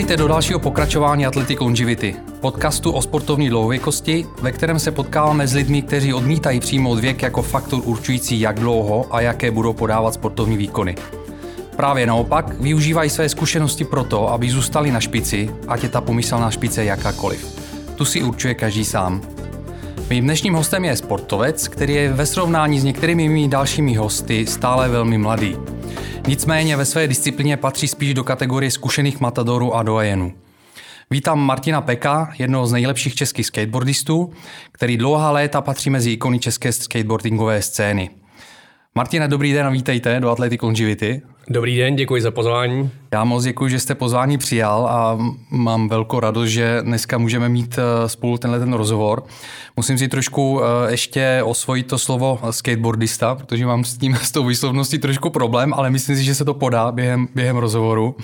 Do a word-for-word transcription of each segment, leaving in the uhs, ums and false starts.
Vítejte do dalšího pokračování Athletic Longevity, podcastu o sportovní dlouhověkosti, ve kterém se potkáváme s lidmi, kteří odmítají přijmout věk jako faktor určující, jak dlouho a jaké budou podávat sportovní výkony. Právě naopak využívají své zkušenosti proto, aby zůstali na špici, ať je ta pomyslná špice jakákoliv. Tu si určuje každý sám. Mým dnešním hostem je sportovec, který je ve srovnání s některými mými dalšími hosty stále velmi mladý. Nicméně ve své disciplíně patří spíš do kategorie zkušených matadorů a doyenů. Vítám Martina Peka, jednoho z nejlepších českých skateboardistů, který dlouhá léta patří mezi ikony české skateboardingové scény. Martine, dobrý den a vítejte do Athletic Longevity. Dobrý den, děkuji za pozvání. Já moc děkuji, že jste pozvání přijal a mám velkou radost, že dneska můžeme mít spolu tenhle ten rozhovor. Musím si trošku ještě osvojit to slovo skateboardista, protože mám s tím, s tou výslovností trošku problém, ale myslím si, že se to podá během, během rozhovoru.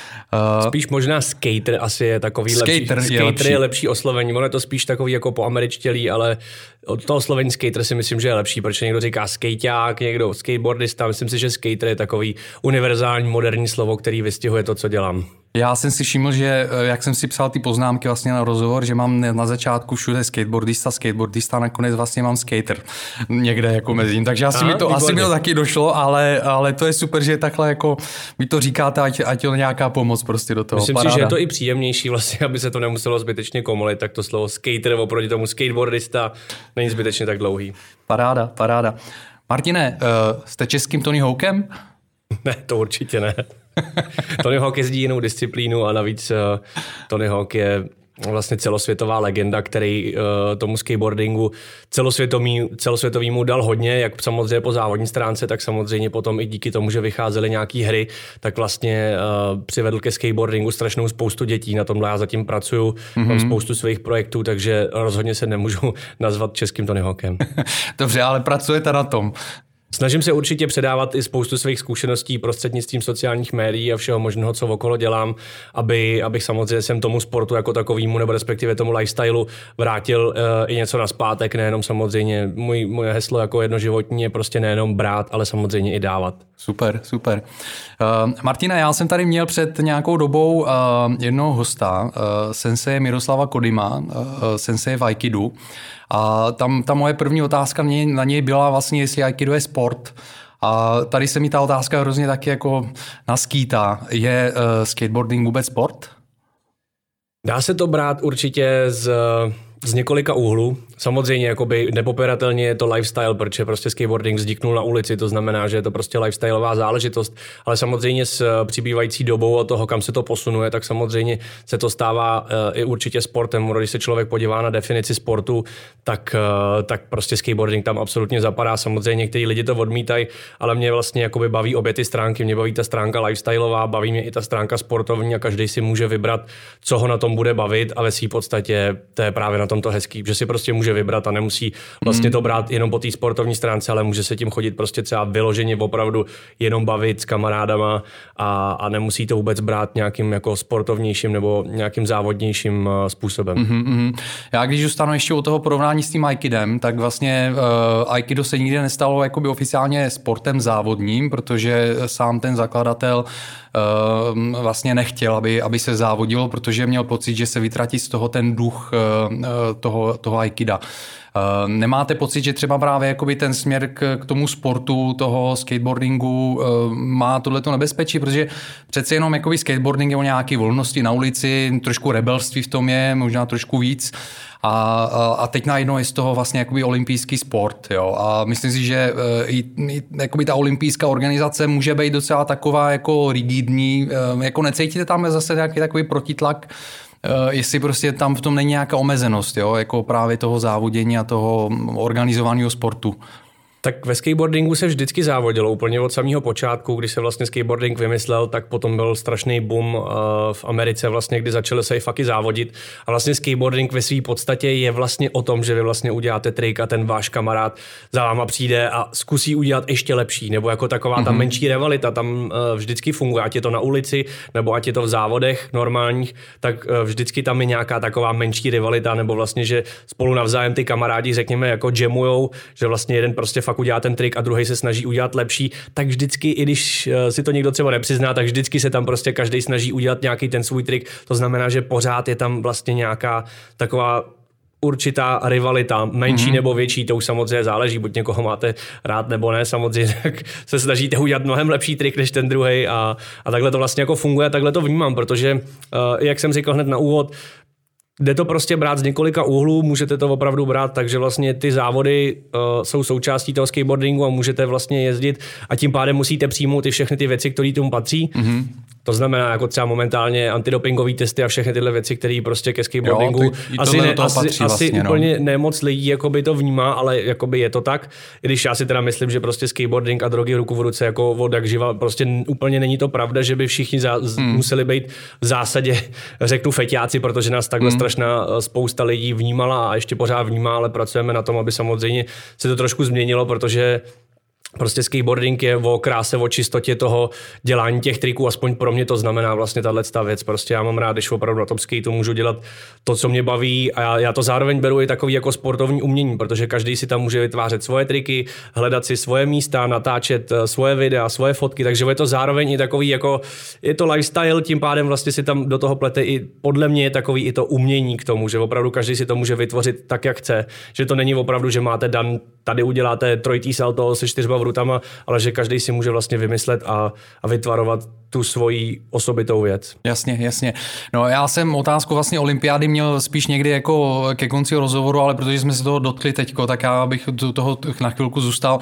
Spíš možná skater asi je takový skater lepší. Je skater lepší. je lepší oslovení. Ono je to spíš takový jako po američtělý, ale od toho oslovení skater si myslím, že je lepší, protože někdo říká skejťák, někdo skateboardista. Myslím si, že skater je takový univerzální moderní slovo, který vystihuje to, co dělám. Já jsem si všiml, že jak jsem si psal ty poznámky vlastně na rozhovor, že mám na začátku všude skateboardista, skateboardista, nakonec vlastně mám skater někde jako mezi tím. Takže asi, Aha, mi to, výborně. asi mi to taky došlo, ale, ale to je super, že takhle jako vy to říkáte, ať, ať je nějaká pomoc prostě do toho. Myslím Paráda. si, že je to i příjemnější vlastně, aby se to nemuselo zbytečně komolit, tak to slovo skater oproti tomu skateboardista není zbytečně tak dlouhý. Paráda, paráda. Martine, uh, jste českým Tony Hawkem? Ne, to určitě ne. Tony Hawk jezdí jinou disciplínu a navíc uh, Tony Hawk je vlastně celosvětová legenda, který uh, tomu skateboardingu celosvětový, celosvětovýmu dal hodně, jak samozřejmě po závodní stránce, tak samozřejmě potom i díky tomu, že vycházely nějaký hry, tak vlastně uh, přivedl ke skateboardingu strašnou spoustu dětí. Na tomhle já zatím pracuju, mm-hmm. mám spoustu svých projektů, takže rozhodně se nemůžu nazvat českým Tony Hawkem. Dobře, ale pracujete na tom. Snažím se určitě předávat i spoustu svých zkušeností prostřednictvím sociálních médií a všeho možného, co okolo dělám, aby, abych samozřejmě sem tomu sportu jako takovýmu, nebo respektive tomu lifestylu vrátil uh, i něco nazpátek, nejenom samozřejmě můj, moje heslo jako jednoživotní je prostě nejenom brát, ale samozřejmě i dávat. Super, super. Uh, Martina, já jsem tady měl před nějakou dobou uh, jednoho hosta, uh, sensei Miroslava Kodima, uh, sensei v Aikidu. A tam ta moje první otázka na něj, na něj byla vlastně, jestli Aikido je sport. A tady se mi ta otázka hrozně taky jako naskýtá. Je uh, skateboarding vůbec sport? Dá se to brát určitě z... z několika úhlů. Samozřejmě jakoby nepopiratelně je to lifestyle, protože prostě skateboarding vzniknul na ulici, to znamená, že je to prostě lifestyleová záležitost, ale samozřejmě s přibývající dobou a toho, kam se to posunuje, tak samozřejmě se to stává uh, i určitě sportem. Když se člověk podívá na definici sportu, tak, uh, tak prostě skateboarding tam absolutně zapadá. Samozřejmě někteří lidi to odmítají, ale mě vlastně jakoby baví obě ty stránky. Mě baví ta stránka lifestyleová, baví mě i ta stránka sportovní a každý si může vybrat, co ho na tom bude bavit a ve své podstatě to je právě na tom to hezký, že si prostě může vybrat a nemusí vlastně to brát jenom po té sportovní stránce, ale může se tím chodit prostě třeba vyloženě opravdu jenom bavit s kamarádama a, a nemusí to vůbec brát nějakým jako sportovnějším nebo nějakým závodnějším uh, způsobem. Mm-hmm. Já když zůstanu ještě u toho porovnání s tím Aikidem, tak vlastně uh, Aikido se nikdy nestalo jakoby oficiálně sportem závodním, protože sám ten zakladatel uh, vlastně nechtěl, aby, aby se závodilo, protože měl pocit, že se vytratí z toho ten duch uh, toho, toho Aikida. Uh, nemáte pocit, že třeba právě jakoby ten směr k, k tomu sportu, toho skateboardingu uh, má tohleto nebezpečí, protože přece jenom jakoby skateboarding je o nějaké volnosti na ulici, trošku rebelství v tom je, možná trošku víc. A, a teď najednou je z toho vlastně jakoby olympijský sport. Jo? A myslím si, že uh, i, i jakoby ta olympijská organizace může být docela taková jako rigidní. Uh, jako necítíte tam zase nějaký takový protitlak, Uh, jestli prostě tam v tom není nějaká omezenost, jo? Jako právě toho závodění a toho organizovaného sportu. Tak ve skateboardingu se vždycky závodilo úplně od samého počátku, když se vlastně skateboarding vymyslel, tak potom byl strašný boom uh, v Americe vlastně, kdy začali se i faky závodit a vlastně skateboarding ve své podstatě je vlastně o tom, že vy vlastně uděláte trik a ten váš kamarád za váma přijde a zkusí udělat ještě lepší, nebo jako taková mm-hmm. ta menší rivalita tam uh, vždycky funguje, ať je to na ulici, nebo ať je to v závodech normálních, tak uh, vždycky tam je nějaká taková menší rivalita, nebo vlastně, že spolu navzájem ty kamarádi řekněme jako jamujou, že vlastně jeden prostě fakt udělá ten trik a druhý se snaží udělat lepší, tak vždycky, i když si to někdo třeba nepřizná, tak vždycky se tam prostě každý snaží udělat nějaký ten svůj trik. To znamená, že pořád je tam vlastně nějaká taková určitá rivalita, menší mm-hmm. nebo větší, to už samozřejmě záleží, buď někoho máte rád nebo ne, samozřejmě tak se snažíte udělat mnohem lepší trik než ten druhej a, a takhle to vlastně jako funguje, takhle to vnímám, protože, uh, jak jsem říkal hned na úvod, jde to prostě brát z několika úhlů, můžete to opravdu brát, takže vlastně ty závody uh, jsou součástí toho skateboardingu a můžete vlastně jezdit a tím pádem musíte přijmout i všechny ty věci, které tomu patří. Mm-hmm. To znamená jako třeba momentálně antidopingové testy a všechny tyhle věci, které prostě ke skateboardingu jo, ty, asi, ne, asi, vlastně, asi no. úplně nemoc lidí jakoby to vnímá, ale jakoby je to tak. I když já si teda myslím, že prostě skateboarding a drogy ruku v ruce jako od jak živa, prostě úplně není to pravda, že by všichni zá, mm. museli být v zásadě, řeknu feťáci, protože nás takhle mm. strašná spousta lidí vnímala a ještě pořád vnímá, ale pracujeme na tom, aby samozřejmě se to trošku změnilo, protože prostě skateboarding je o kráse, o čistotě toho dělání těch triků, aspoň pro mě to znamená vlastně tato věc. Prostě já mám rád, když opravdu na tom skateu můžu dělat to, co mě baví a já, já to zároveň beru i takový jako sportovní umění, protože každý si tam může vytvářet svoje triky, hledat si svoje místa, natáčet svoje videa, svoje fotky, takže je to zároveň i takový jako, je to lifestyle, tím pádem vlastně si tam do toho plete i, podle mě je takový i to umění k tomu, že opravdu každý si to může vytvořit tak, jak chce, že to není opravdu, že máte dan, tady uděláte trojitý salto se čtyřma vrutama, ale že každý si může vlastně vymyslet a, a vytvarovat tu svoji osobitou věc. Jasně, jasně. No já jsem otázku vlastně olympiády měl spíš někdy jako ke konci rozhovoru, ale protože jsme se toho dotkli teďko, tak já bych do toho na chvilku zůstal.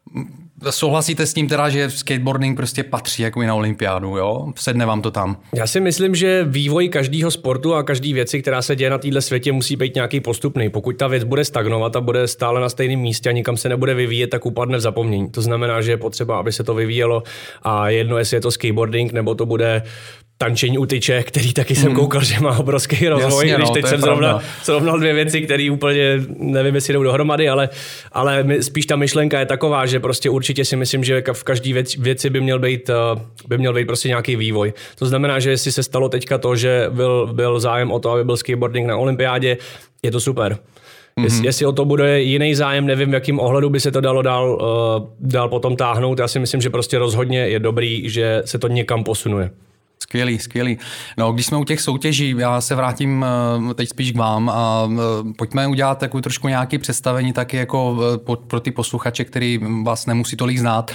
Souhlasíte s tím teda, že skateboarding prostě patří jako i na olympiádu, jo? Sedne vám to tam? Já si myslím, že vývoj každého sportu a každé věci, která se děje na této světě, musí být nějaký postupný. Pokud ta věc bude stagnovat a bude stále na stejném místě a nikam se nebude vyvíjet, tak upadne v zapomnění. To znamená, že je potřeba, aby se to vyvíjelo a jedno, jestli je to skateboarding, nebo to bude tančení u tyče, který taky jsem koukal, že má obrovský rozvoj, jasně, když no, teď jsem zrovna, zrovnal dvě věci, které úplně nevím, jestli jdou dohromady, ale, ale spíš ta myšlenka je taková, že prostě určitě si myslím, že v každé věc, věci by měl být, by měl být prostě nějaký vývoj. To znamená, že jestli se stalo teďka to, že byl, byl zájem o to, aby byl skateboarding na olympiádě, je to super. Mm-hmm. Jest, jestli o to bude jiný zájem, nevím, v jakým ohledu by se to dalo dál, uh, dál potom táhnout. Já si myslím, že prostě rozhodně je dobrý, že se to někam posunuje. Skvělý, skvělý. No, když jsme u těch soutěží, já se vrátím teď spíš k vám a pojďme udělat takovou trošku nějaké představení taky jako pro ty posluchače, který vás nemusí tolik znát.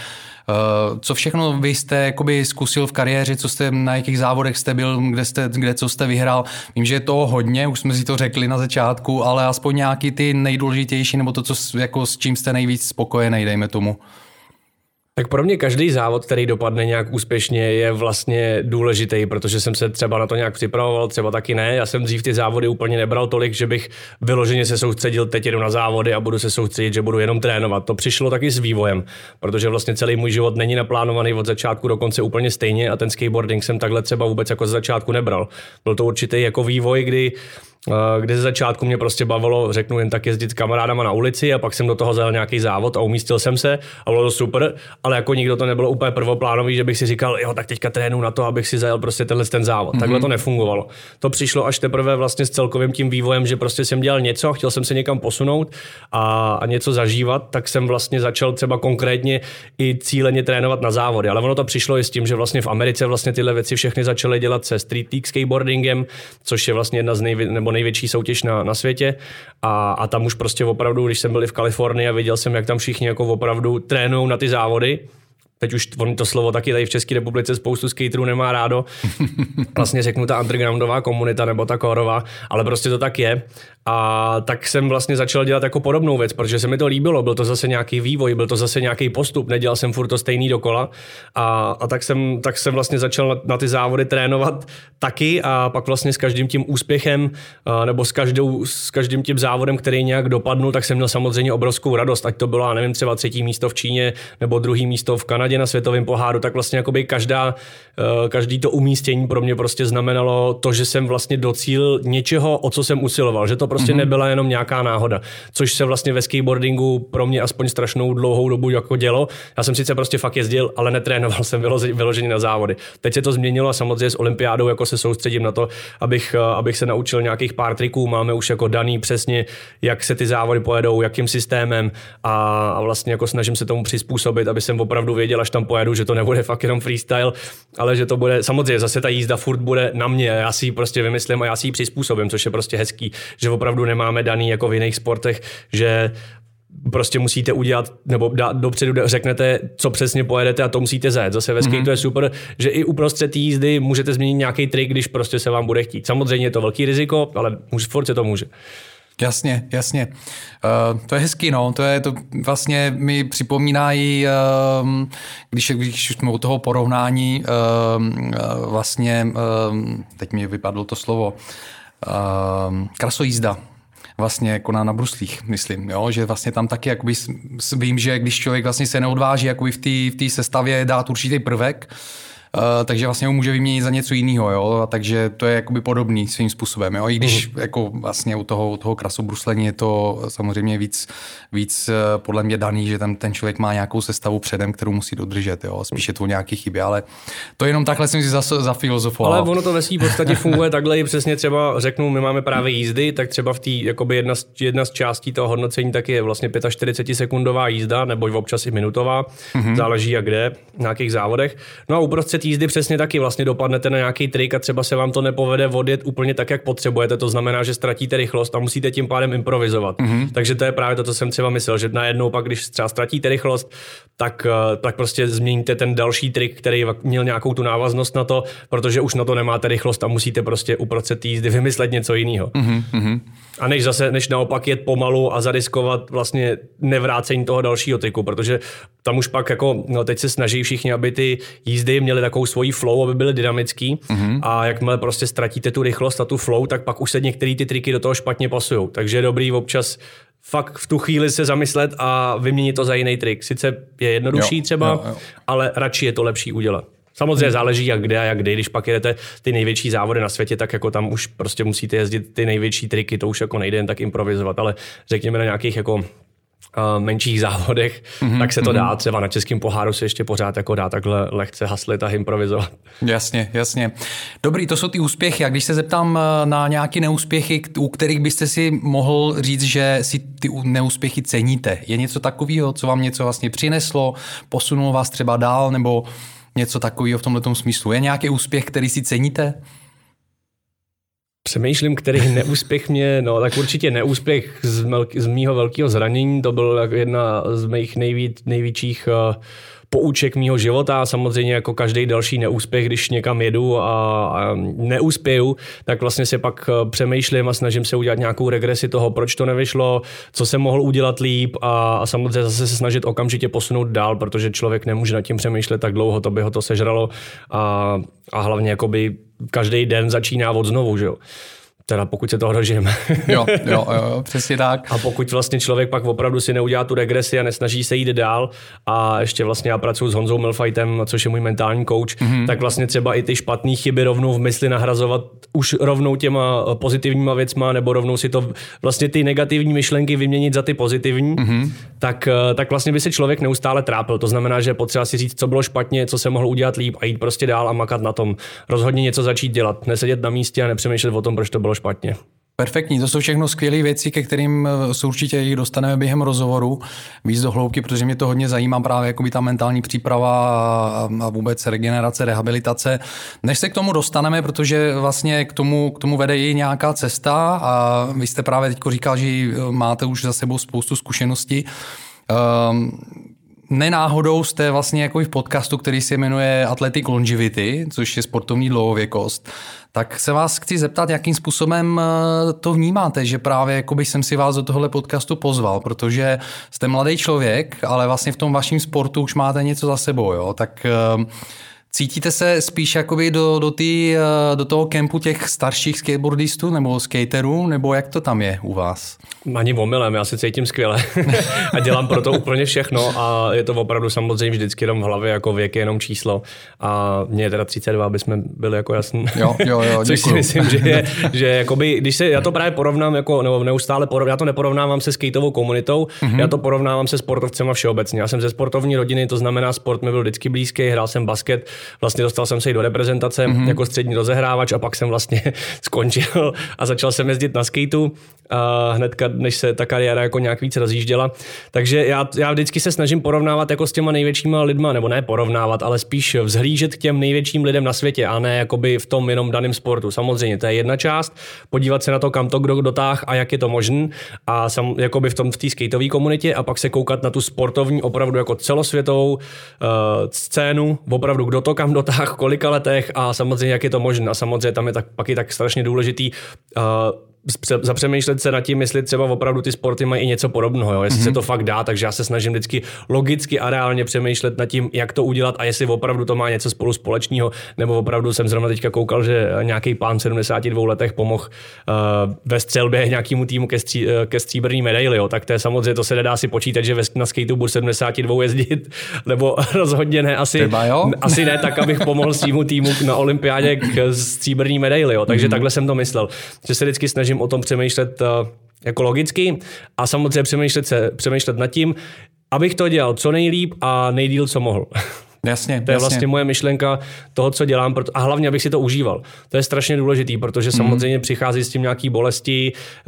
Co všechno vy jste jakoby zkusil v kariéře, co jste, na jakých závodech jste byl, kde, jste, kde co jste vyhrál? Vím, že je toho hodně, už jsme si to řekli na začátku, ale aspoň nějaký ty nejdůležitější nebo to, co, jako s čím jste nejvíc spokojený, dejme tomu. Tak pro mě každý závod, který dopadne nějak úspěšně, je vlastně důležitý, protože jsem se třeba na to nějak připravoval, třeba taky ne. Já jsem dřív ty závody úplně nebral tolik, že bych vyloženě se soustředil, teď jedu na závody a budu se soustředit, že budu jenom trénovat. To přišlo taky s vývojem, protože vlastně celý můj život není naplánovaný od začátku do konce úplně stejně a ten skateboarding jsem takhle třeba vůbec jako z začátku nebral. Byl to určitý jako vývoj, kdy kde ze začátku mě prostě bavilo, řeknu jen tak jezdit s kamarádama na ulici a pak jsem do toho zajel nějaký závod a umístil jsem se a bylo to super, ale jako nikdo to nebylo úplně prvoplánový, že bych si říkal, jo, tak teďka trénu na to, abych si zajel prostě tenhle ten závod. Mm-hmm. Takhle to nefungovalo. To přišlo až teprve vlastně s celkovým tím vývojem, že prostě jsem dělal něco, chtěl jsem se někam posunout a, a něco zažívat, tak jsem vlastně začal třeba konkrétně i cíleně trénovat na závody, ale ono to přišlo i s tím, že vlastně v Americe vlastně tyhle věci všechny začaly dělat se street league skateboardingem, což je vlastně jedna z nejvě- nebo největší soutěž na, na světě a, a tam už prostě opravdu, když jsem byl i v Kalifornii a viděl jsem, jak tam všichni jako opravdu trénujou na ty závody, teď už to slovo taky tady v České republice spoustu skaterů nemá rádo, vlastně řeknu ta undergroundová komunita nebo ta kórová, ale prostě to tak je. A tak jsem vlastně začal dělat jako podobnou věc, protože se mi to líbilo, byl to zase nějaký vývoj, byl to zase nějaký postup, nedělal jsem furt to stejný dokola a, a tak, jsem, tak jsem vlastně začal na, na ty závody trénovat taky a pak vlastně s každým tím úspěchem nebo s, každou, s každým tím závodem, který nějak dopadnul, tak jsem měl samozřejmě obrovskou radost, ať to bylo, nevím, třeba třetí místo v Číně nebo druhý místo v Kanadě případě na světovém poháru, tak vlastně jakoby každá, každý to umístění pro mě prostě znamenalo to, že jsem vlastně docílil něčeho, o co jsem usiloval, že to prostě mm-hmm. nebyla jenom nějaká náhoda, což se vlastně ve skateboardingu pro mě aspoň strašnou dlouhou dobu jako dělo. Já jsem sice prostě fakt jezdil, ale netrénoval jsem vyloženě na závody. Teď se to změnilo a samozřejmě s olympiádou jako se soustředím na to, abych, abych se naučil nějakých pár triků, máme už jako daný přesně, jak se ty závody pojedou, jakým systémem a, a vlastně jako snažím se tomu přizpůsobit, aby jsem opravdu věděl, až tam pojedu, že to nebude fakt jenom freestyle, ale že to bude, samozřejmě zase ta jízda furt bude na mě, já si ji prostě vymyslím a já si ji přizpůsobím, což je prostě hezký, že opravdu nemáme daný jako v jiných sportech, že prostě musíte udělat, nebo dát dopředu řeknete, co přesně pojedete a to musíte zajet. Zase ve skateu mm-hmm. je super, že i uprostřed jízdy můžete změnit nějaký trik, když prostě se vám bude chtít. Samozřejmě je to velký riziko, ale furt se to může. Jasně, jasně. Uh, to je hezký, no. To je to vlastně mi připomínají, uh, když, když jsme u toho porovnání, uh, uh, vlastně, uh, teď mi vypadlo to slovo, uh, krasojízda. Vlastně jako na, na bruslích, myslím, jo? Že vlastně tam taky jakoby, vím, že když člověk vlastně se neodváží jakoby v té v té sestavě dát určitý prvek, Uh, takže vlastně ho může vyměnit za něco jiného, jo, a takže to je jakoby podobný svým způsobem, jo, i když uh-huh. jako vlastně u toho, u toho krasobruslení je to samozřejmě víc, víc uh, podle mě daný, že tam ten člověk má nějakou sestavu předem, kterou musí dodržet, jo, spíš je to nějaký chyby, ale to jenom takhle jsem si za, za filozofoval. Ale ono to ve svým podstatě funguje takhle i přesně třeba řeknu, my máme právě jízdy, tak třeba v té, jakoby jedna z, jedna z částí toho hodnocení taky je vlastně čtyřicet pět sekundová jízda, nebo občas i minutová, uh-huh. záleží jak kde, v nějakých závodech. No a uprostřed jízdy přesně taky vlastně dopadnete na nějaký trik a třeba se vám to nepovede odjet úplně tak, jak potřebujete. To znamená, že ztratíte rychlost a musíte tím pádem improvizovat. Mm-hmm. Takže to je právě to, co jsem třeba myslel, že najednou pak, když třeba ztratíte rychlost, tak, tak prostě změníte ten další trik, který měl nějakou tu návaznost na to, protože už na to nemáte rychlost a musíte prostě uprostřed jízdy vymyslet něco jiného. Mm-hmm. A než zase, než naopak jet pomalu a zariskovat vlastně nevrácení toho dalšího triku, protože tam už pak jako, no teď se snaží všichni, aby ty jízdy měly takovou svoji flow, aby byly dynamický mm-hmm. a jakmile prostě ztratíte tu rychlost a tu flow, tak pak už se některé ty triky do toho špatně pasujou. Takže je dobrý občas fakt v tu chvíli se zamyslet a vyměnit to za jiný trik. Sice je jednodušší jo, třeba, jo, jo. ale radši je to lepší udělat. Samozřejmě hmm. záleží jak kde a jak kdy. Když pak jedete ty největší závody na světě, tak jako tam už prostě musíte jezdit ty největší triky, to už jako nejde jen tak improvizovat, ale řekněme na nějakých jako Uh, menších závodech, mm-hmm, tak se to dá. Třeba na českém poháru se ještě pořád jako dá takhle lehce haslit a improvizovat. Jasně, jasně. Dobrý, to jsou ty úspěchy. A když se zeptám na nějaké neúspěchy, u kterých byste si mohl říct, že si ty neúspěchy ceníte. Je něco takového, co vám něco vlastně přineslo, posunulo vás třeba dál, nebo něco takového v tomhletom smyslu? Je nějaký úspěch, který si ceníte? Přemýšlím, který neúspěch mě, no tak určitě neúspěch z, melk, z mýho velkého zranění, to byl jedna z mých nejvíc, největších uh, pouček mýho života. Samozřejmě jako každý další neúspěch, když někam jedu a, a neuspěju, tak vlastně se pak přemýšlím a snažím se udělat nějakou regresi toho, proč to nevyšlo, co jsem mohl udělat líp a, a samozřejmě zase se snažit okamžitě posunout dál, protože člověk nemůže nad tím přemýšlet tak dlouho, to by ho to sežralo a, a hlavně jakoby každý den začíná od znovu, že jo. Teda pokud se toho dožijeme. Jo, jo, jo, přesně tak. A pokud vlastně člověk pak opravdu si neudělá tu regresi a nesnaží se jít dál a ještě vlastně já pracuji s Honzou Milfightem, což je můj mentální coach, mm-hmm. tak vlastně třeba i ty špatné chyby rovnou v mysli nahrazovat už rovnou těma pozitivníma věcma nebo rovnou si to vlastně ty negativní myšlenky vyměnit za ty pozitivní, mm-hmm. tak, tak vlastně by se člověk neustále trápil. To znamená, že potřeba si říct, co bylo špatně, co se mohl udělat líp a jít prostě dál a makat na tom. Rozhodně něco začít dělat, nesedět na místě a nepřemýšlet o tom, proč to bylo špatně. Perfektní, to jsou všechno skvělé věci, ke kterým se určitě jich dostaneme během rozhovoru víc do hloubky, protože mě to hodně zajímá právě jakoby ta mentální příprava a vůbec regenerace, rehabilitace. Než se k tomu dostaneme, protože vlastně k tomu, k tomu vede i nějaká cesta a vy jste právě teď říkal, že máte už za sebou spoustu zkušeností. Um, Nenáhodou jste vlastně jako v podcastu, který se jmenuje Athletic Longevity, což je sportovní dlouhověkost. Tak se vás chci zeptat, jakým způsobem to vnímáte, že právě jakoby jsem si vás do tohohle podcastu pozval, protože jste mladý člověk, ale vlastně v tom vašem sportu už máte něco za sebou, jo? Tak Cítíte se spíš jakoby do, do, tý, do toho kempu těch starších skateboardistů nebo skaterů, nebo jak to tam je u vás? Ani omylem, já se cítím skvěle a dělám pro to úplně všechno a je to opravdu samozřejmě vždycky jenom v hlavě, jako věk je jenom číslo a mně je teda třicet dva, aby jsme byli jako jasný. Jo, jo, jo, což si myslím, že je, že jakoby, když se, já to právě porovnám, jako, nebo neustále porovnám, já to neporovnávám se skateovou komunitou, mm-hmm. já to porovnávám se sportovcema všeobecně. Já jsem ze sportovní rodiny, to znamená sport mi byl vždycky blízký, hrál jsem basket, vlastně dostal jsem se i do reprezentace mm-hmm. jako střední rozehrávač a pak jsem vlastně skončil a začal jsem jezdit na skateu a hnedka, než se ta kariéra jako nějak víc rozjížděla. Takže já, já vždycky se snažím porovnávat jako s těma největšíma lidma, nebo ne porovnávat, ale spíš vzhlížet k těm největším lidem na světě a ne jakoby v tom jenom daném sportu. Samozřejmě, to je jedna část, podívat se na to, kam to kdo dotáh a jak je to možné a sam, jakoby v tom v té skateové komunitě a pak se koukat na tu sportovní opravdu jako celosvětovou uh, scénu, opravdu kdo to kam dotáh, kolika letech a samozřejmě jak je to možné. A samozřejmě tam je tak, pak je tak strašně důležitý uh, zapřemýšlet se nad tím, jestli třeba opravdu ty sporty mají i něco podobného, jo? Jestli mm-hmm. se to fakt dá, takže já se snažím vždycky logicky a reálně přemýšlet nad tím, jak to udělat a jestli opravdu to má něco spolu společného, nebo opravdu jsem zrovna teďka koukal, že nějaký pán v sedmdesáti dvou letech pomohl uh, ve střelbě nějakému týmu ke, stří, uh, ke stříbrný medaili, jo? Tak to je samozřejmě, to se nedá si počítat, že na skateu budu sedmdesáti dvou jezdit, nebo rozhodně ne, asi, asi ne tak, abych pomohl svýmu týmu na olympiádě k stříbrný medaili, jo? Takže mm-hmm. takhle jsem to myslel, že se vždycky snažím o tom přemýšlet uh, jako logicky a samozřejmě přemýšlet, se, přemýšlet nad tím, abych to dělal co nejlíp a nejdýl, co mohl. Jasně, to je jasně. vlastně moje myšlenka toho, co dělám a hlavně, abych si to užíval. To je strašně důležitý, protože samozřejmě mm. přichází s tím nějaký bolesti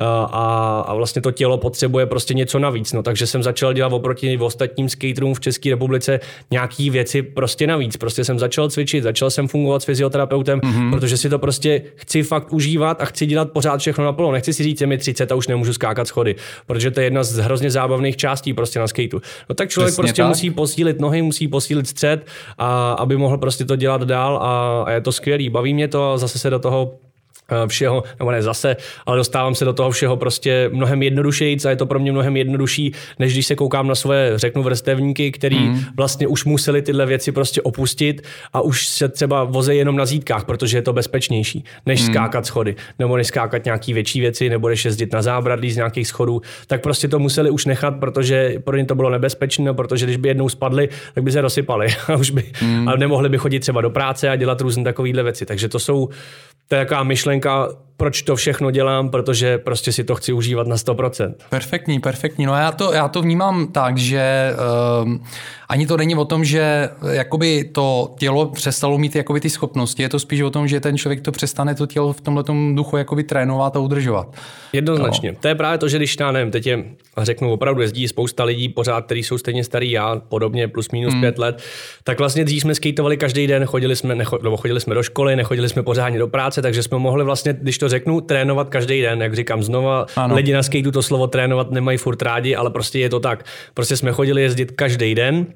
a, a vlastně to tělo potřebuje prostě něco navíc. No, takže jsem začal dělat oproti ostatním skaterům v České republice nějaký věci prostě navíc. Prostě jsem začal cvičit, začal jsem fungovat s fyzioterapeutem, mm. protože si to prostě chci fakt užívat a chci dělat pořád všechno naplno. Nechci si říct, je mi třicet a už nemůžu skákat schody, protože to je jedna z hrozně zábavných částí prostě na skateu. No tak člověk Přesně prostě tak. musí posílit nohy, musí posílit střed, a aby mohl prostě to dělat dál a, a je to skvělý. Baví mě to a zase se do toho všeho, nebo ne zase, ale dostávám se do toho všeho prostě mnohem jednodušejc a je to pro mě mnohem jednodušší, než když se koukám na svoje, řeknu, vrstevníky, který mm. vlastně už museli tyhle věci prostě opustit a už se třeba vozejí jenom na zítkách, protože je to bezpečnější, než mm. skákat schody, nebo než skákat nějaký větší věci, nebo než jezdit na zábradlí z nějakých schodů, tak prostě to museli už nechat, protože pro ně to bylo nebezpečné, protože když by jednou spadli, tak by se rozsypali a už by mm. a nemohli by chodit třeba do práce a dělat různé takovéhle věci. Takže to jsou to je taková myšlenka, proč to všechno dělám, protože prostě si to chci užívat na sto procent. Perfektní, perfektní. No já to, já to vnímám tak, že um, ani to není o tom, že jakoby to tělo přestalo mít jakoby ty schopnosti, je to spíš o tom, že ten člověk to přestane to tělo v tomhletom duchu jakoby trénovat a udržovat. Jednoznačně. No. To je právě to, že když já nevím, teď je, řeknu, opravdu jezdí spousta lidí pořád, kteří jsou stejně starý já, podobně plus minus hmm. pět let, tak vlastně dřív jsme skateovali každý den, chodili jsme, necho, nebo chodili jsme do školy, nechodili jsme pořádně do práce, takže jsme mohli vlastně, když to řeknu, trénovat každý den, jak říkám znova, ano. Lidi na skateu to slovo trénovat nemají furt rádi, ale prostě je to tak. Prostě jsme chodili jezdit každý den.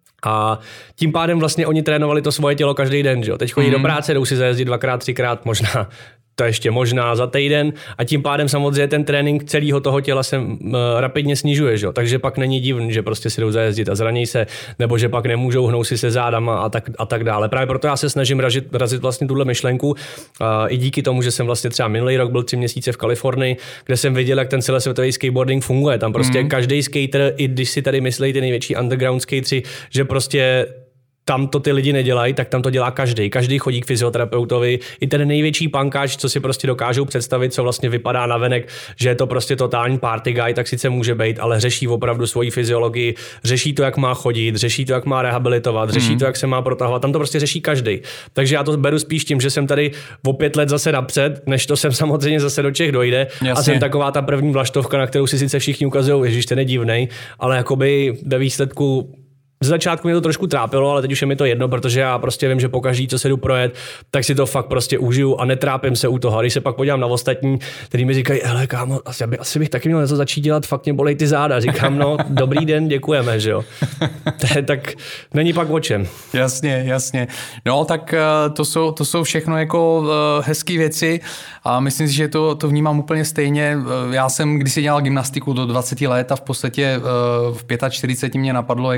A tím pádem vlastně oni trénovali to svoje tělo každý den, že jo. Teď chodí mm. do práce, jdou si zajezdit dvakrát, třikrát, možná to ještě možná za týden a tím pádem samozřejmě ten trénink celého toho těla se uh, rapidně snižuje, že jo. Takže pak není divný, že prostě si jdou zajezdit a zraní se, nebo že pak nemůžou, hnou si se zádama a tak, a tak dále. Právě proto já se snažím razit, razit vlastně tuhle myšlenku uh, i díky tomu, že jsem vlastně třeba minulý rok byl tři měsíce v Kalifornii, kde jsem viděl, jak ten celosvětový skateboarding funguje. Tam prostě mm. každý skater, i když si tady myslí ty největší underground skateři, že prostě tam to ty lidi nedělají, tak tam to dělá každý. Každý chodí k fyzioterapeutovi. I ten největší pankáč, co si prostě dokážou představit, co vlastně vypadá navenek, že je to prostě totální party guy, tak sice může být, ale řeší opravdu svoji fyziologii, řeší to, jak má chodit, řeší to, jak má rehabilitovat, řeší mm. to, jak se má protahovat. Tam to prostě řeší každý. Takže já to beru spíš tím, že jsem tady o pět let zase napřed, než to sem samozřejmě zase do Čech dojde. Jasně. A jsem taková ta první vlaštovka, na kterou si sice všichni ukazují, ježiš, ten je divnej, ale jakoby ve výsledku z začátku mě to trošku trápilo, ale teď už je mi to jedno, protože já prostě vím, že pokaždý, co se jdu projet, tak si to fakt prostě užiju a netrápím se u toho. A když se pak podívám na ostatní, kteří mi říkají, hele kámo, asi, by, asi bych taky měl něco začít dělat, fakt mě bolej ty záda. Říkám, no, dobrý den, děkujeme, že jo. Tak není pak o čem. Jasně, jasně. No, tak to jsou, to jsou všechno jako hezký věci a myslím si, že to, to vnímám úplně stejně. Já jsem kdysi dělal gymnastiku do dvacet let a v podstatě v čtyřiceti pěti mě napadlo, jako že mě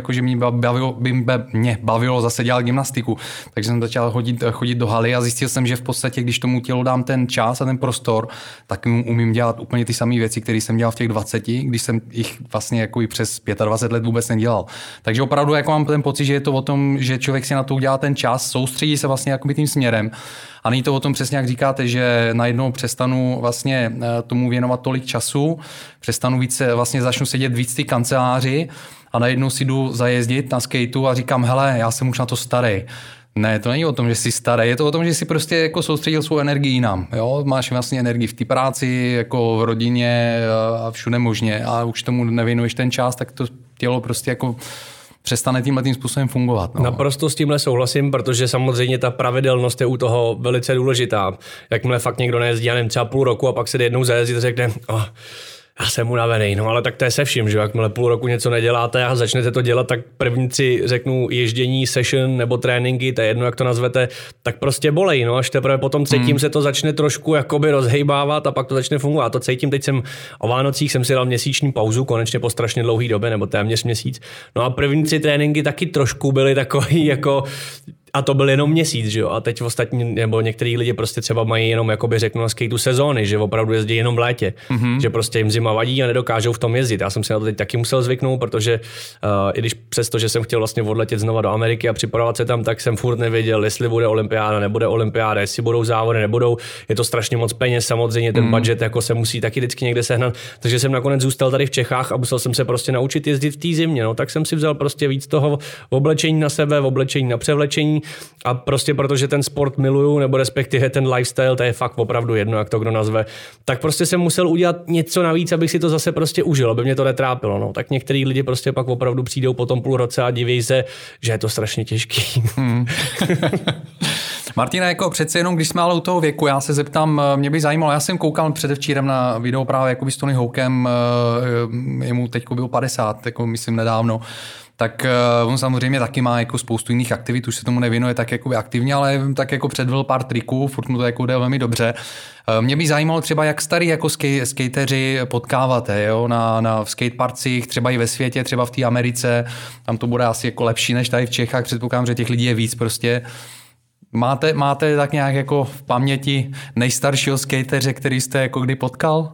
bavilo, by mě bavilo zase dělat gymnastiku. Takže jsem začal chodit, chodit do haly a zjistil jsem, že v podstatě, když tomu tělu dám ten čas a ten prostor, tak umím dělat úplně ty samé věci, které jsem dělal v těch dvaceti, když jsem jich vlastně jako i přes dvacet pět let vůbec nedělal. Takže opravdu jako mám ten pocit, že je to o tom, že člověk si na to udělá ten čas, soustředí se vlastně jakoby tím směrem. A není to o tom přesně, jak říkáte, že najednou přestanu vlastně tomu věnovat tolik času, přestanu více, vlastně začnu sedět víc v té kanceláři a najednou si jdu zajezdit na skateu a říkám, hele, já jsem už na to starý. Ne, to není o tom, že jsi starý, je to o tom, že jsi prostě jako soustředil svou energii jinam. Jo? Máš vlastně energii v té práci, jako v rodině a všude možně a už tomu nevěnuješ ten čas, tak to tělo prostě jako přestane tímhle tím způsobem fungovat. No. Naprosto s tímhle souhlasím, protože samozřejmě ta pravidelnost je u toho velice důležitá. Jakmile fakt někdo nejezdí, já nevím, třeba půl roku a pak se jde jednou zajezdit a řekne, oh, já jsem unavený, no ale tak to je se vším, že jakmile půl roku něco neděláte a začnete to dělat, tak první si řeknu ježdění, session nebo tréninky, to je jedno, jak to nazvete, tak prostě bolej, no až teprve potom třetím hmm. se to začne trošku jakoby rozhejbávat a pak to začne fungovat. A to cítím, teď jsem o Vánocích jsem si dal měsíční pauzu, konečně po strašně dlouhý době, nebo téměř měsíc. No a první tři tréninky taky trošku byly takový jako a to byl jenom měsíc, že jo? A teď ostatní, nebo některý lidi prostě třeba mají jenom, jakoby řeknu, na skateu sezóny, že opravdu jezdí jenom v létě, mm-hmm. že prostě jim zima vadí a nedokážou v tom jezdit. Já jsem si na to teď taky musel zvyknout, protože uh, i když přesto, že jsem chtěl vlastně odletět znova do Ameriky a připravovat se tam, tak jsem furt nevěděl, jestli bude olympiáda, nebude olympiáda, jestli budou závody, nebudou. Je to strašně moc peněz, samozřejmě ten mm. budget jako se musí taky vždycky někde sehnat. Takže jsem nakonec zůstal tady v Čechách a musel jsem se prostě naučit jezdit v té zimě. No, tak jsem si vzal prostě víc toho oblečení na sebe, oblečení na převlečení. A prostě protože ten sport miluju, nebo respektive ten lifestyle, to je fakt opravdu jedno, jak to kdo nazve, tak prostě jsem musel udělat něco navíc, abych si to zase prostě užil, aby mě to netrápilo. No. Tak některý lidi prostě pak opravdu přijdou po tom půl roce a diví se, že je to strašně těžký. Hmm. Martina, jako přece jenom, když jsme ale u toho věku, já se zeptám, mě by zajímalo, já jsem koukal předevčírem na video právě jakoby s Tony Hawkem, jemu teď bylo padesát, jako myslím nedávno, tak on samozřejmě taky má jako spoustu jiných aktivit, už se tomu nevěnuje tak jakoby aktivně, ale tak jako předvedl pár triků, furt mu to jako jde velmi dobře. Mě by zajímalo třeba, jak starý jako skate, skateři potkáváte, jo? Na, na skateparcích, třeba i ve světě, třeba v té Americe, tam to bude asi jako lepší než tady v Čechách, předpokládám, že těch lidí je víc prostě. Máte, máte tak nějak jako v paměti nejstaršího skateře, který jste jako kdy potkal?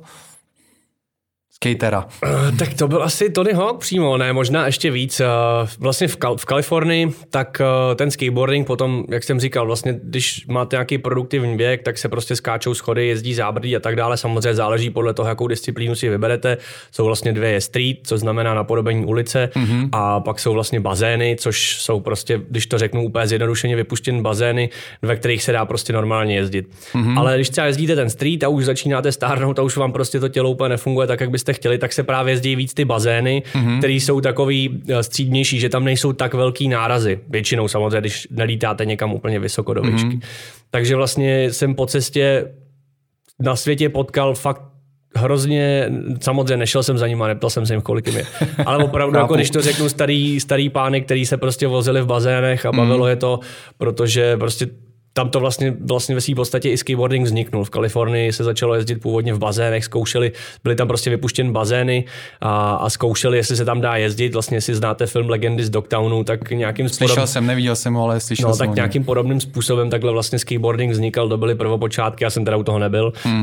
Skatera. Uh, tak to byl asi Tony Hawk přímo, ne, možná ještě víc. Uh, vlastně v, Kal- v Kalifornii, tak uh, ten skateboarding potom, jak jsem říkal, vlastně když máte nějaký produktivní věk, tak se prostě skáčou schody, jezdí zábrdí a tak dále. Samozřejmě záleží podle toho, jakou disciplínu si vyberete. Jsou vlastně dvě je street, což znamená napodobení ulice, mm-hmm. a pak jsou vlastně bazény, což jsou prostě, když to řeknu úplně zjednodušeně, vypuštěné bazény, ve kterých se dá prostě normálně jezdit. Mm-hmm. Ale když třeba jezdíte ten street a už začínáte stárnout a už vám prostě to tělo úplně nefunguje tak, jak byste chtěli, tak se právě jezdí víc ty bazény, mm-hmm. které jsou takový střídnější, že tam nejsou tak velký nárazy. Většinou samozřejmě, když nelítáte někam úplně vysoko do výšky. Mm-hmm. Takže vlastně jsem po cestě na světě potkal fakt hrozně, samozřejmě nešel jsem za ním a neptal jsem se jim, kolik jim je. Ale opravdu, jako když to řeknu, starý, starý pány, který se prostě vozili v bazénech a bavilo mm. je to, protože prostě tam to vlastně, vlastně ve své podstatě i skateboarding vzniknul. V Kalifornii se začalo jezdit původně v bazénech, zkoušeli, byly tam prostě vypuštěny bazény a, a zkoušeli, jestli se tam dá jezdit. Vlastně, jestli znáte film Legendy z Dogtownu, tak nějakým způsobem... Slyšel jsem, neviděl jsem ho, ale slyšel no, jsem tak nějakým podobným způsobem takhle vlastně skateboarding vznikal, to byly prvopočátky, já jsem teda u toho nebyl. Hmm.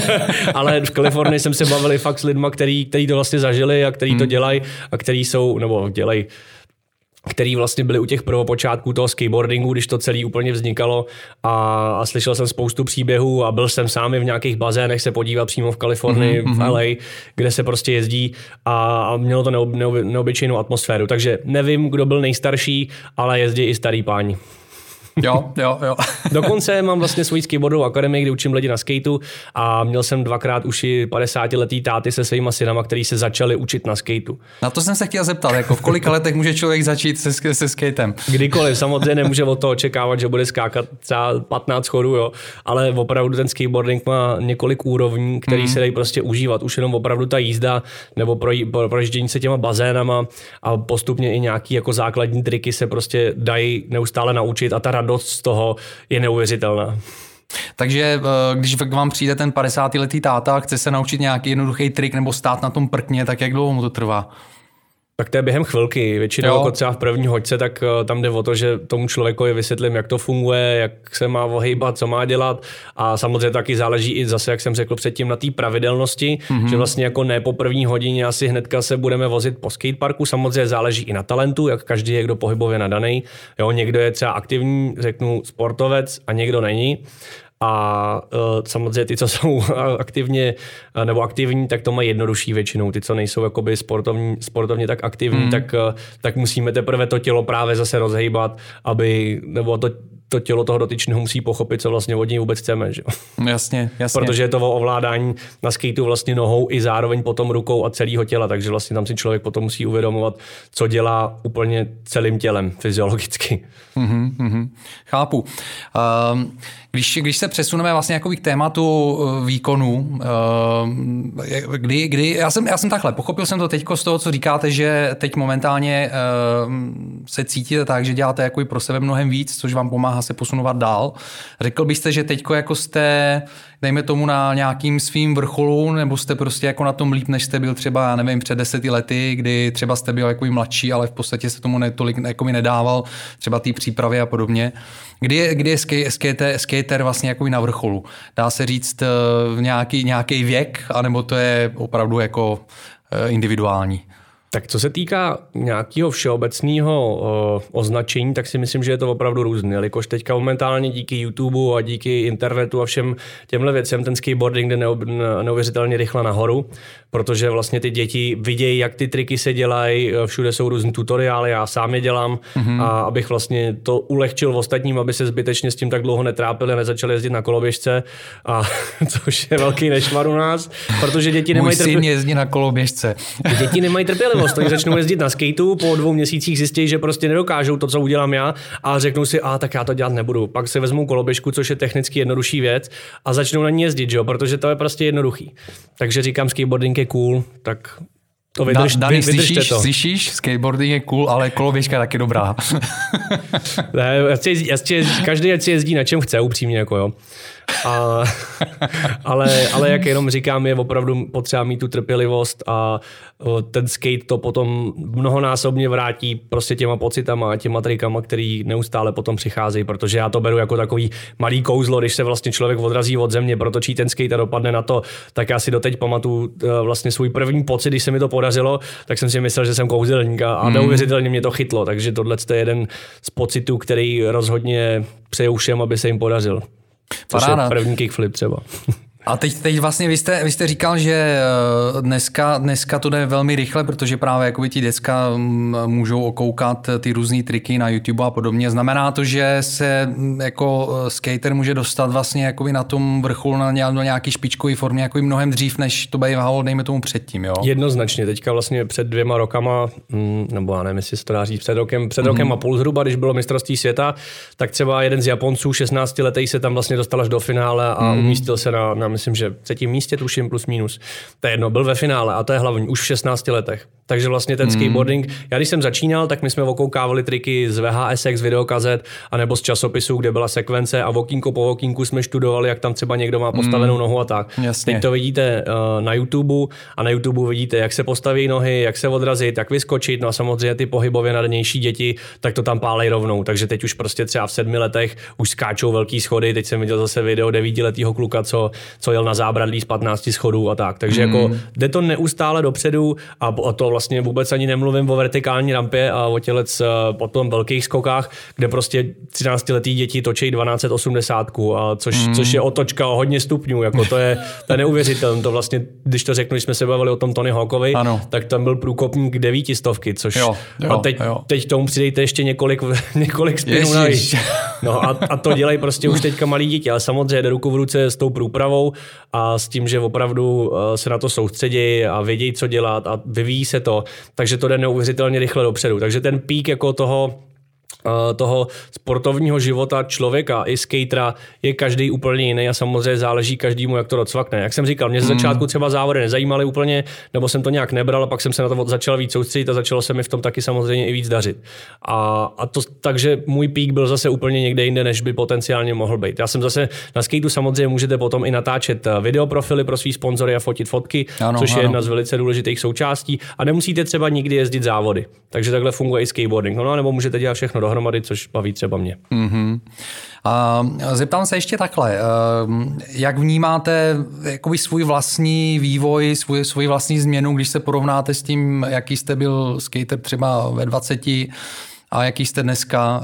Ale v Kalifornii jsem se bavil fakt s lidma, který, který to vlastně zažili a který hmm. to dělají a který jsou, nebo dělají, který vlastně byli u těch prvopočátků toho skateboardingu, když to celé úplně vznikalo a, a slyšel jsem spoustu příběhů a byl jsem sám v nějakých bazénech se podívat přímo v Kalifornii, mm-hmm. v L A, kde se prostě jezdí a, a mělo to neob, neob, neobyčejnou atmosféru. Takže nevím, kdo byl nejstarší, ale jezdí i starý páni. Jo, jo, jo. Dokonce mám vlastně svoji skateboardovou akademii, kde učím lidi na skateu a měl jsem dvakrát už i padesátiletý táty se svýma synama, kteří se začali učit na skateu. Na to jsem se chtěl zeptat, jako v kolika letech může člověk začít se, se skatem? Kdykoliv, samozřejmě nemůže od toho očekávat, že bude skákat třeba patnáct schodů, jo, ale opravdu ten skateboarding má několik úrovní, který mm. se dají prostě užívat. Už jenom opravdu ta jízda nebo projíždění se těma bazénama a postupně i nějaký jako základní triky se prostě dají neustále naučit a ta radost z toho je neuvěřitelná. Takže když k vám přijde ten padesátiletý táta a chce se naučit nějaký jednoduchý trik nebo stát na tom prkně, tak jak dlouho mu to trvá? Tak to je během chvilky. Většinou jako třeba v první hoďce, tak tam jde o to, že tomu člověkovi vysvětlím, jak to funguje, jak se má ohejbat, co má dělat. A samozřejmě taky záleží i zase, jak jsem řekl předtím, na té pravidelnosti, mm-hmm. že vlastně jako ne po první hodině asi hnedka se budeme vozit po skateparku. Samozřejmě záleží i na talentu, jak každý je kdo pohybově nadaný. Jo, někdo je třeba aktivní, řeknu sportovec a někdo není. A uh, samozřejmě ty, co jsou aktivně uh, nebo aktivní, tak to mají jednodušší většinou. Ty, co nejsou jakoby sportovní, sportovně tak aktivní, mm. tak, uh, tak musíme teprve to tělo právě zase rozhejbat, aby, nebo to, to tělo toho dotyčného musí pochopit, co vlastně od něj vůbec chceme. Že? Jasně, jasně. Protože je to o ovládání na skateu vlastně nohou i zároveň potom rukou a celého těla, takže vlastně tam si člověk potom musí uvědomovat, co dělá úplně celým tělem fyziologicky. Mm-hmm, mm-hmm. Chápu. Um, když, když se přesuneme vlastně k tématu výkonu, kdy, kdy já, jsem, já jsem takhle, pochopil jsem to teďko z toho, co říkáte, že teď momentálně se cítíte tak, že děláte jako pro sebe mnohem víc, což vám pomáhá se posunovat dál. Řekl byste, že teďko jako jste, dejme tomu, na nějakým svým vrcholu, nebo jste prostě jako na tom líp, než jste byl třeba, já nevím, před deseti lety, kdy třeba jste byl jako mladší, ale v podstatě se tomu netolik jako mi nedával, třeba té přípravy a podobně. Kdy je, kdy je skater, skater vlastně jako na vrcholu? Dá se říct nějaký, nějaký věk, anebo to je opravdu jako individuální? Tak co se týká nějakého všeobecného uh, označení, tak si myslím, že je to opravdu různé. Jelikož teďka momentálně díky YouTube a díky internetu a všem těmhle věcem ten skateboarding jde neuvěřitelně rychle nahoru, protože vlastně ty děti vidějí, jak ty triky se dělají, všude jsou různý tutoriály, já sám je dělám mm-hmm. a abych vlastně to ulehčil ostatním, aby se zbytečně s tím tak dlouho netrápili a nezačali jezdit na koloběžce, a což je velký nešvar u nás, protože děti nemají trpělivost. Můj syn jezdí na koloběžce. Děti nemají trpělivost. Oni začnou jezdit na skateu, po dvou měsících zjistí, že prostě nedokážou to, co udělám já, a řeknou si, a tak já to dělat nebudu. Pak si vezmou koloběžku, což je technicky jednodušší věc, a začnou na ní jezdit, jo, protože to je prostě jednoduchý. Takže říkám, skateboarding je cool, tak to vydrž, da, Dani, vydržte slyšíš, to. Slyšíš, skateboarding je cool, ale koloběžka je taky dobrá. Ne, jezdí, jezdí, každý si jezdí na čem chce, upřímně, jako jo. A, ale, ale jak jenom říkám, je opravdu potřeba mít tu trpělivost a ten skate to potom mnohonásobně vrátí prostě těma pocitama a těma trikama, který neustále potom přicházejí, protože já to beru jako takový malý kouzlo, když se vlastně člověk odrazí od země, protočí ten skate a dopadne na to, tak já si doteď pamatuju vlastně svůj první pocit, když se mi to podařilo, tak jsem si myslel, že jsem kouzelník a mm. neuvěřitelně mě to chytlo, takže tohle je jeden z pocitů, který rozhodně přeju všem, aby se jim podařil. Což je první kickflip třeba. A teď, teď vlastně vy jste, vy jste říkal, že dneska, dneska to jde velmi rychle, protože právě jakoby ti děcka můžou okoukat ty různý triky na YouTube a podobně. Znamená to, že se jako skater může dostat vlastně jakoby na tom vrcholu na nějaký špičkový formě jako mnohem dřív, než to bývalo, dejme tomu předtím, jo? Jednoznačně. Teďka vlastně před dvěma rokama, nebo já nevím, jestli se to dá říct, před rokem, před mm-hmm. rokem a půl zhruba, když bylo mistrovství světa, tak třeba jeden z Japonců, šestnáctiletý, se tam vlastně dostal až do finále a mm. umístil se na, na myslím, že v třetím místě, tuším, plus minus. To je jedno, byl ve finále a to je hlavní, už v šestnácti letech. Takže vlastně ten mm. skateboarding, já když jsem začínal, tak my jsme okoukávali triky z V H S X, z videokazet, anebo z časopisů, kde byla sekvence a okýnko po okýnku jsme študovali, jak tam třeba někdo má postavenou mm. nohu a tak. Jasně. Teď to vidíte uh, na YouTube a na YouTube vidíte, jak se postaví nohy, jak se odrazit, jak vyskočit, no a samozřejmě ty pohybově nadanější děti, tak to tam pálej rovnou. Takže teď už prostě třeba v sedmi letech už skáčou velký schody. Teď jsem viděl zase video devítiletého kluka, co, co jel na zábradlí z patnácti schodů a tak. Takže mm. jako jde to neustále dopředu a o to vlastně vůbec ani nemluvím o vertikální rampě a o tělec potom velkých skokách, kde prostě třináctiletí děti točí dvanáct osmdesát, a což, mm. což je otočka o hodně stupňů. Jako to je, to je neuvěřitelné. To vlastně, když to řeknu, když jsme se bavili o tom Tony Hawkovi, ano. tak tam byl průkopník devítistovky, což jo, jo, a teď, jo. teď tomu přidejte ještě několik, několik spinů navíc. No a, a to dělají prostě už teďka malí děti, ale samozřejmě jde ruku v ruce s tou průpravou a s tím, že opravdu se na to soustředí a vědí, co dělat a vyvíjí se to, takže to jde neuvěřitelně rychle dopředu. Takže ten pík jako toho toho sportovního života člověka i skatera je každý úplně jiný a samozřejmě záleží každému, jak to docvakne. Jak jsem říkal, mě z začátku třeba závody nezajímaly úplně, nebo jsem to nějak nebral, a pak jsem se na to začal víc soustředit a začalo se mi v tom taky samozřejmě i víc dařit. A, a to, takže můj pík byl zase úplně někde jinde, než by potenciálně mohl být. Já jsem zase na skateu samozřejmě můžete potom i natáčet videoprofily pro svý sponzory a fotit fotky, ano, což ano. je jedna z velice důležitých součástí a nemusíte třeba nikdy jezdit závody. Takže takhle funguje i skateboarding. No, nebo můžete dělat všechno dohromady, což baví třeba mě. Mm-hmm. A zeptám se ještě takhle, jak vnímáte jakoby svůj vlastní vývoj, svůj, svůj vlastní změnu, když se porovnáte s tím, jaký jste byl skater třeba ve dvaceti a jaký jste dneska.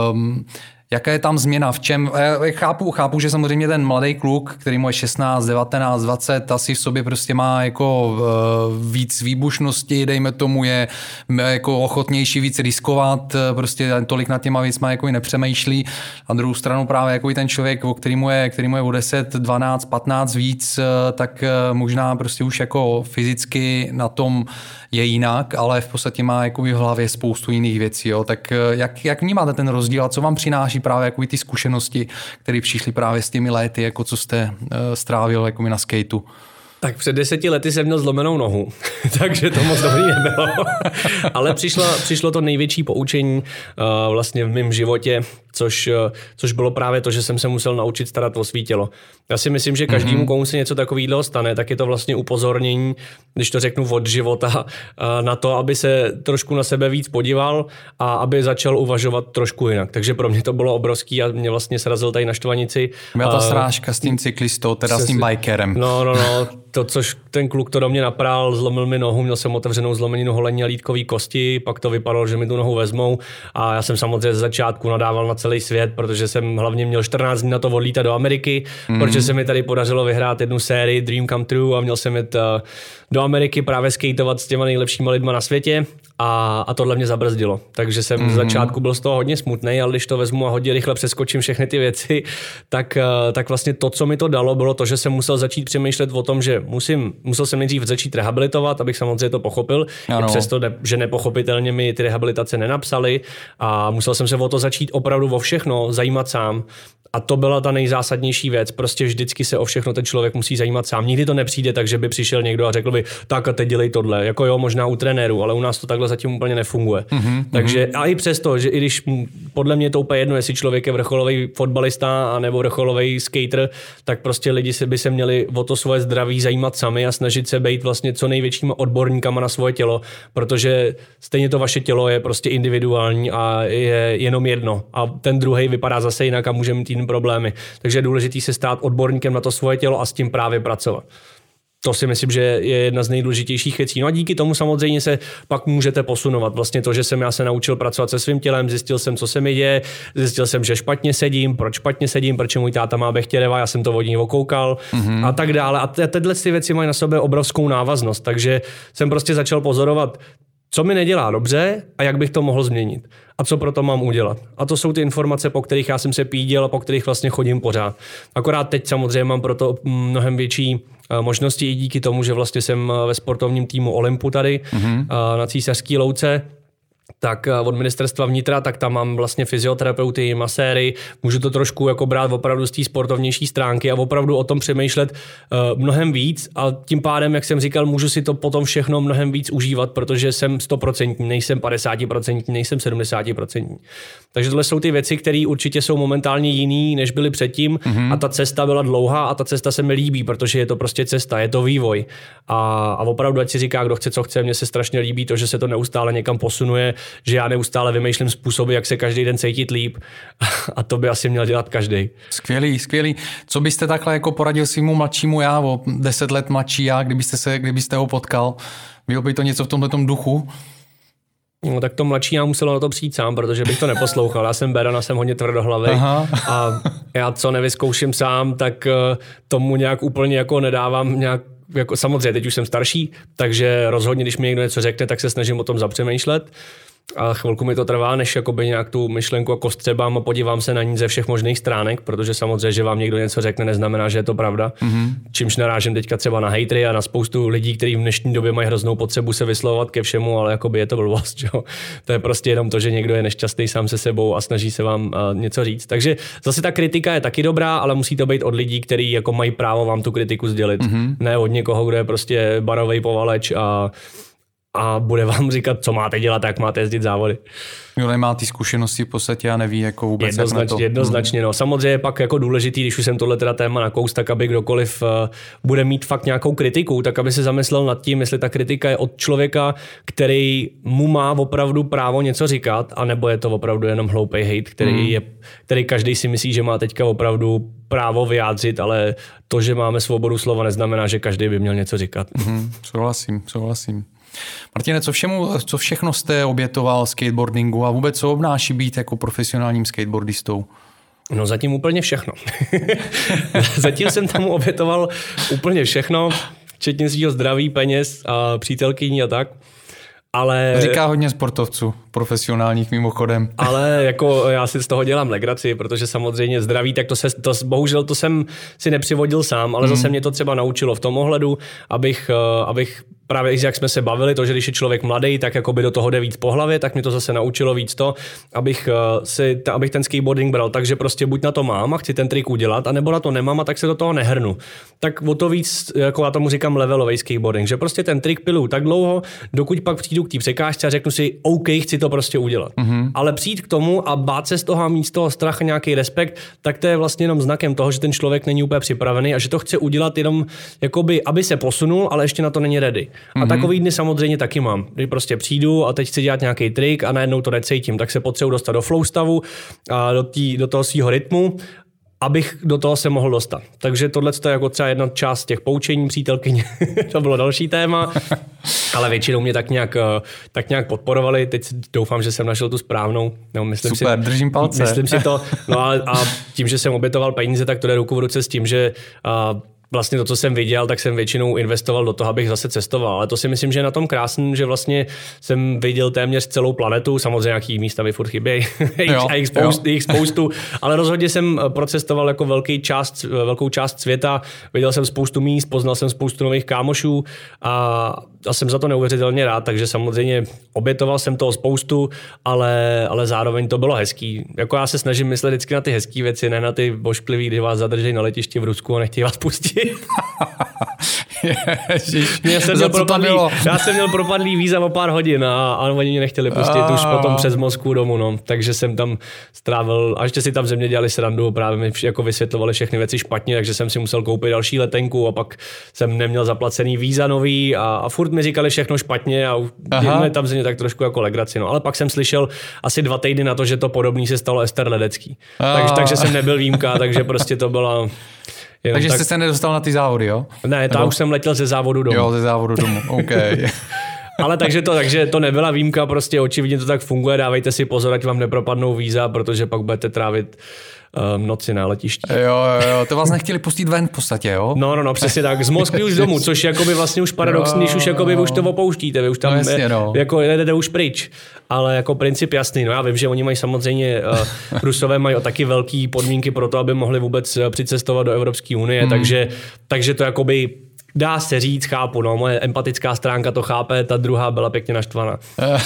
Jaká je tam změna? V čem? Já chápu, chápu, že samozřejmě ten mladý kluk, který mu je šestnáct, devatenáct, dvacet, asi v sobě prostě má jako víc výbušnosti, dejme tomu, je jako ochotnější víc riskovat, prostě tolik nad těma věcma jako i nepřemýšlí. A druhou stranu právě jako i ten člověk, o kterýmu je, kterýmu je o deset, dvanáct, patnáct víc, tak možná prostě už jako fyzicky na tom je jinak, ale v podstatě má jako v hlavě spoustu jiných věcí. Jo. Tak jak, jak vnímáte ten rozdíl a co vám přináší právě jako ty zkušenosti, které přišly právě s těmi léty, jako co jste uh, strávil jako na skateu? Tak před deseti lety jsem měl zlomenou nohu, takže to moc dobrý nebylo. Ale přišlo, přišlo to největší poučení uh, vlastně v mém životě, což, uh, což bylo právě to, že jsem se musel naučit starat o svý tělo. Já si myslím, že každému, mm-hmm. komu se něco takového stane, tak je to vlastně upozornění, když to řeknu od života, uh, na to, aby se trošku na sebe víc podíval a aby začal uvažovat trošku jinak. Takže pro mě to bylo obrovský a mě vlastně srazil tady na štvanici. Byla ta srážka s tím cyklistou, teda s tím bikerem. No, no, no. To, což ten kluk to do mě naprál, zlomil mi nohu, měl jsem otevřenou zlomeninu holení a lítkový kosti, pak to vypadalo, že mi tu nohu vezmou a já jsem samozřejmě z začátku nadával na celý svět, protože jsem hlavně měl čtrnáct dní na to odlítat do Ameriky, mm. protože se mi tady podařilo vyhrát jednu sérii Dream Come True a měl jsem jít do Ameriky právě skateovat s těma nejlepšíma lidma na světě a, a tohle mě zabrzdilo. Takže jsem mm. z začátku byl z toho hodně smutnej, ale když to vezmu a hodně rychle přeskočím všechny ty věci, tak, tak vlastně to, co mi to dalo, bylo to, že jsem musel začít přemýšlet o tom, že musím, musel jsem nejdřív začít rehabilitovat, abych samozřejmě to pochopil, i přesto, že nepochopitelně mi ty rehabilitace nenapsali a musel jsem se o to začít opravdu o všechno zajímat sám. A to byla ta nejzásadnější věc. Prostě vždycky se o všechno ten člověk musí zajímat sám. Nikdy to nepřijde tak, že by přišel někdo a řekl by, tak a teď dělej tohle. Jako jo, možná u trenérů, ale u nás to takhle zatím úplně nefunguje. Mm-hmm. Takže a i přesto, že i když podle mě to úplně jedno, jestli člověk je vrcholový fotbalista a nebo vrcholový skater, tak prostě lidi se by se měli o to svoje zdraví zajímat sami a snažit se být vlastně co největšíma odborníkama na svoje tělo, protože stejně to vaše tělo je prostě individuální a je jenom jedno. A ten druhej vypadá zase jinak a může mít jiný problémy. Takže je důležité se stát odborníkem na to svoje tělo a s tím právě pracovat. To si myslím, že je jedna z nejdůležitějších věcí. No a díky tomu samozřejmě se pak můžete posunovat. Vlastně to, že jsem já se naučil pracovat se svým tělem, zjistil jsem, co se mi děje, zjistil jsem, že špatně sedím, proč špatně sedím, proč můj táta má bechtěreva, já jsem to od ní okoukal mm-hmm. a tak dále. A tyhle ty věci mají na sobě obrovskou návaznost. Takže jsem prostě začal pozorovat, co mi nedělá dobře a jak bych to mohl změnit. A co pro to mám udělat. A to jsou ty informace, po kterých já jsem se píděl a po kterých vlastně chodím pořád. Akorát teď samozřejmě mám pro to mnohem větší možnosti i díky tomu, že vlastně jsem ve sportovním týmu Olympu tady mm-hmm. na Císařský louce, tak od ministerstva vnitra, tak tam mám vlastně fyzioterapeuty, maséry, můžu to trošku jako brát opravdu z té sportovnější stránky a opravdu o tom přemýšlet uh, mnohem víc a tím pádem, jak jsem říkal, můžu si to potom všechno mnohem víc užívat, protože jsem sto procent, nejsem padesát procent, nejsem sedmdesát procent. Takže tohle jsou ty věci, které určitě jsou momentálně jiný, než byly předtím mm-hmm. a ta cesta byla dlouhá a ta cesta se mi líbí, protože je to prostě cesta, je to vývoj. A, a opravdu, ať si říká, kdo chce, co chce, mně se strašně líbí to, že se to neustále někam posunuje, že já neustále vymýšlím způsoby, jak se každý den cítit líp a to by asi měl dělat každý. Skvělý, skvělý. Co byste takhle jako poradil svému mladšímu já, o deset let mladší já, kdybyste, se, kdybyste ho potkal? Bylo by to něco v tomhletom duchu? No tak to mladší já musel na to přijít sám, protože bych to neposlouchal. Já jsem beran a jsem hodně tvrdohlavý a já co nevyzkouším sám, tak tomu nějak úplně jako nedávám nějak jako, samozřejmě teď už jsem starší, takže rozhodně, když mi někdo něco řekne, tak se snažím o tom zapřemýšlet. A chvilku mi to trvá, než jakoby nějak tu myšlenku jako střebám a podívám se na ní ze všech možných stránek, protože samozřejmě, že vám někdo něco řekne, neznamená, že je to pravda. Mm-hmm. Čímž narážím teďka třeba na hejtry a na spoustu lidí, kteří v dnešní době mají hroznou potřebu se vyslovovat ke všemu, ale jakoby je to blbost, jo. To je prostě jenom to, že někdo je nešťastný sám se sebou a snaží se vám uh, něco říct. Takže zase ta kritika je taky dobrá, ale musí to být od lidí, kteří jako mají právo vám tu kritiku sdělit. Mm-hmm. Ne od někoho, kdo je prostě barovej povaleč a a bude vám říkat, co máte dělat, jak máte jezdit závody. Kdo nemá ty zkušenosti v podstatě a neví, jako vůbec Jednoznač, jak na to. Jednoznačně, no. Samozřejmě je pak jako důležitý, když už jsem tohle teda téma nakous, tak aby kdokoliv uh, bude mít fakt nějakou kritiku, tak aby se zamyslel nad tím, jestli ta kritika je od člověka, který mu má opravdu právo něco říkat, anebo je to opravdu jenom hloupej hejt, který, mm. je, který každý si myslí, že má teďka opravdu právo vyjádřit, ale to, že máme svobodu slova, neznamená, že každý by měl něco říkat. Mm, souhlasím, souhlasím. Martine, co, všemu, co všechno jste obětoval skateboardingu a vůbec co obnáší být jako profesionálním skateboardistou? No zatím úplně všechno. Zatím jsem tam obětoval úplně všechno, včetně svýho zdraví, peněz a přítelkyní a tak. Ale, říká hodně sportovců, profesionálních mimochodem. Ale jako já si z toho dělám legraci, protože samozřejmě zdraví, tak to se, to, bohužel to jsem si nepřivodil sám, ale mm. zase mě to třeba naučilo v tom ohledu, abych, abych právě jak jsme se bavili, to, že když je člověk mladý, tak jakoby do toho jde víc po hlavě, tak mě to zase naučilo víc to, abych, si, abych ten skateboarding bral, takže prostě buď na to mám a chci ten trik udělat, anebo na to nemám a tak se do toho nehrnu. Tak o to víc, jako já tomu říkám levelový skateboarding, že prostě ten trik pilu tak dlouho, dokud pak přijdu k té překážce a řeknu si, OK, chci to prostě udělat. Mm-hmm. Ale přijít k tomu a bát se z toho a mít z toho strach a nějaký respekt, tak to je vlastně jenom znakem toho, že ten člověk není úplně připravený a že to chce udělat jenom, jakoby, aby se posunul, ale ještě na to není ready. A mm-hmm. takový dny samozřejmě taky mám, kdy prostě přijdu a teď chci dělat nějaký trik a najednou to necítím, tak se potřebuji dostat do flow stavu a do, tý, do toho svého rytmu, abych do toho se mohl dostat. Takže tohle je jako třeba jedna část těch poučení přítelkyně, to bylo další téma, ale většinou mě tak nějak, tak nějak podporovali, teď doufám, že jsem našel tu správnou. No, myslím Super, si, držím palce. Myslím si to, no a, a tím, že jsem obětoval peníze, tak to jde ruku v ruce s tím, že a, vlastně to, co jsem viděl, tak jsem většinou investoval do toho, abych zase cestoval. Ale to si myslím, že je na tom krásný, že vlastně jsem viděl téměř celou planetu, samozřejmě nějaký místa mi furt chybějí, a jich spoustu, jich spoustu, ale rozhodně jsem procestoval jako velký část, velkou část světa, viděl jsem spoustu míst, poznal jsem spoustu nových kámošů a, a jsem za to neuvěřitelně rád, takže samozřejmě obětoval jsem toho spoustu, ale, ale zároveň to bylo hezký. Jako já se snažím myslet vždycky na ty hezký věci, ne na ty bošklivý, kdy vás zadrží na letišti v Rusku a nechtějí vás pustit. Mě jsem měl propadlý, já jsem měl propadlý víza o pár hodin a, a oni mě nechtěli pustit a... už potom přes Moskvu domů, no. Takže jsem tam strávil, a ještě si tam ze mě dělali srandu, právě mi jako vysvětlovali všechny věci špatně, takže jsem si musel koupit další letenku a pak jsem neměl zaplacený víza nový a, a furt mi říkali všechno špatně a mě tam ze mě tak trošku jako legraci, no. Ale pak jsem slyšel asi dva týdny na to, že to podobný se stalo Ester Ledecký. Takže, takže jsem nebyl výjimka, takže prostě to byla... Jenom takže tak... jste se nedostal na ty závody, jo? Ne, tam už jsem letěl ze závodu domů. Jo, ze závodu domů, OK. Ale takže to, takže to nebyla výjimka, prostě očividně to tak funguje, dávejte si pozor, ať vám nepropadnou víza, protože pak budete trávit um, noci na letišti. Jo, jo, jo, to vás nechtěli pustit ven v podstatě, jo? No, no, no, přesně tak, z Moskvy už domů, což jakoby vlastně už paradoxně, když už jakoby už to opouštíte, vy už tam no, jasně, no. jako jedete už pryč, ale jako princip jasný, no já vím, že oni mají samozřejmě, uh, Rusové mají taky velký podmínky pro to, aby mohli vůbec přicestovat do Evropské unie, hmm. takže, takže to jakoby dá se říct, chápu, no, moje empatická stránka to chápe, ta druhá byla pěkně naštvaná.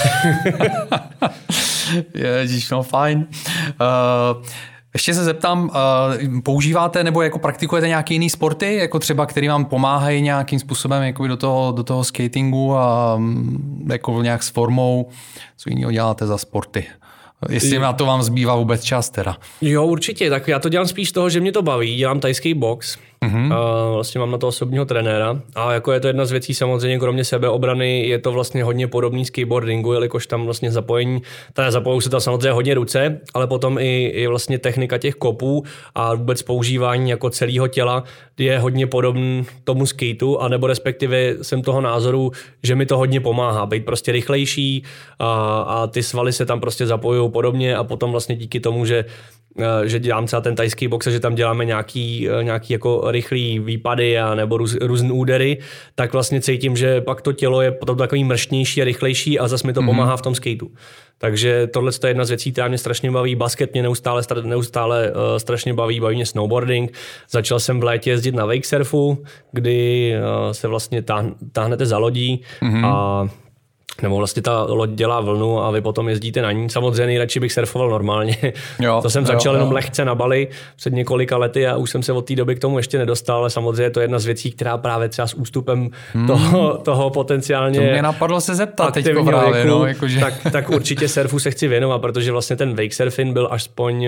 Ježíš, no fajn. Uh, ještě se zeptám, uh, používáte nebo jako praktikujete nějaké jiné sporty, jako třeba, který vám pomáhají nějakým způsobem jako do toho, do toho skatingu a um, jako nějak s formou, co jiného děláte za sporty? Jestli na to vám zbývá vůbec čas teda. Jo, určitě, tak já to dělám spíš z toho, že mě to baví, dělám thajský box, mm-hmm. uh, vlastně mám na to osobního trenéra a jako je to jedna z věcí samozřejmě, kromě sebeobrany, je to vlastně hodně podobný skateboardingu, jelikož tam vlastně zapojení, teda zapojou se tam samozřejmě hodně ruce, ale potom i, i vlastně technika těch kopů a vůbec používání jako celého těla je hodně podobný tomu skateu, anebo respektive jsem toho názoru, že mi to hodně pomáhá, být prostě rychlejší a, a ty svaly se tam prostě zapojují podobně a potom vlastně díky tomu, že že dělám třeba ten thajský box a že tam děláme nějaký, nějaký jako rychlý výpady a nebo růz, různé údery, tak vlastně cítím, že pak to tělo je potom takový mrštnější a rychlejší a zase mi to mm-hmm. pomáhá v tom skateu. Takže tohle je jedna z věcí, která mě strašně baví. Basket mě neustále, neustále uh, strašně baví, baví mě snowboarding. Začal jsem v létě jezdit na wakesurfu, kdy uh, se vlastně táhn, táhnete za lodí mm-hmm. a nebo vlastně ta loď dělá vlnu a vy potom jezdíte na ní. Samozřejmě nejradši bych surfoval normálně. Jo, to jsem začal jo, jenom jo. lehce na Bali před několika lety a už jsem se od té doby k tomu ještě nedostal, ale samozřejmě to je jedna z věcí, která právě třeba s ústupem hmm. toho, toho potenciálně... To mě napadlo se zeptat teďko právě. Věku, no, jakože... tak, tak určitě surfu se chci věnovat, protože vlastně ten wakesurfing byl aspoň...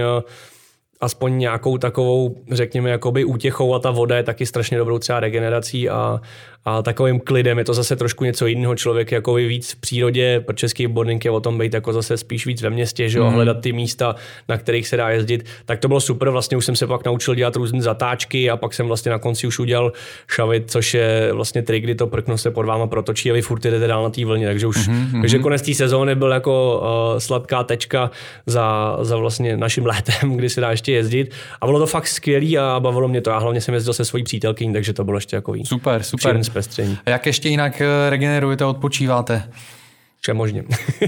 aspoň nějakou takovou, řekněme, jakoby útěchou a ta voda je taky strašně dobrou třeba regenerací a, a takovým klidem. Je to zase trošku něco jiného. Člověk jakoby víc v přírodě, protože skateboarding je o tom být jako zase spíš víc ve městě, že jo, mm. hledat ty místa, na kterých se dá jezdit. Tak to bylo super. Vlastně už jsem se pak naučil dělat různé zatáčky a pak jsem vlastně na konci už udělal shavit, což je vlastně trik, kdy to prkno se pod váma protočí a vy furt jdete dál na té vlně. Takže už mm-hmm. takže konec té sezóny byl jako uh, sladká tečka za, za vlastně naším létem, kdy se dá ještě jezdit. A bylo to fakt skvělý a bavilo mě to. Já hlavně jsem jezdil se svojí přítelkyní, takže to bylo ještě jako super, super. Zpestření. A jak ještě jinak regenerujete, odpočíváte? Všemožně.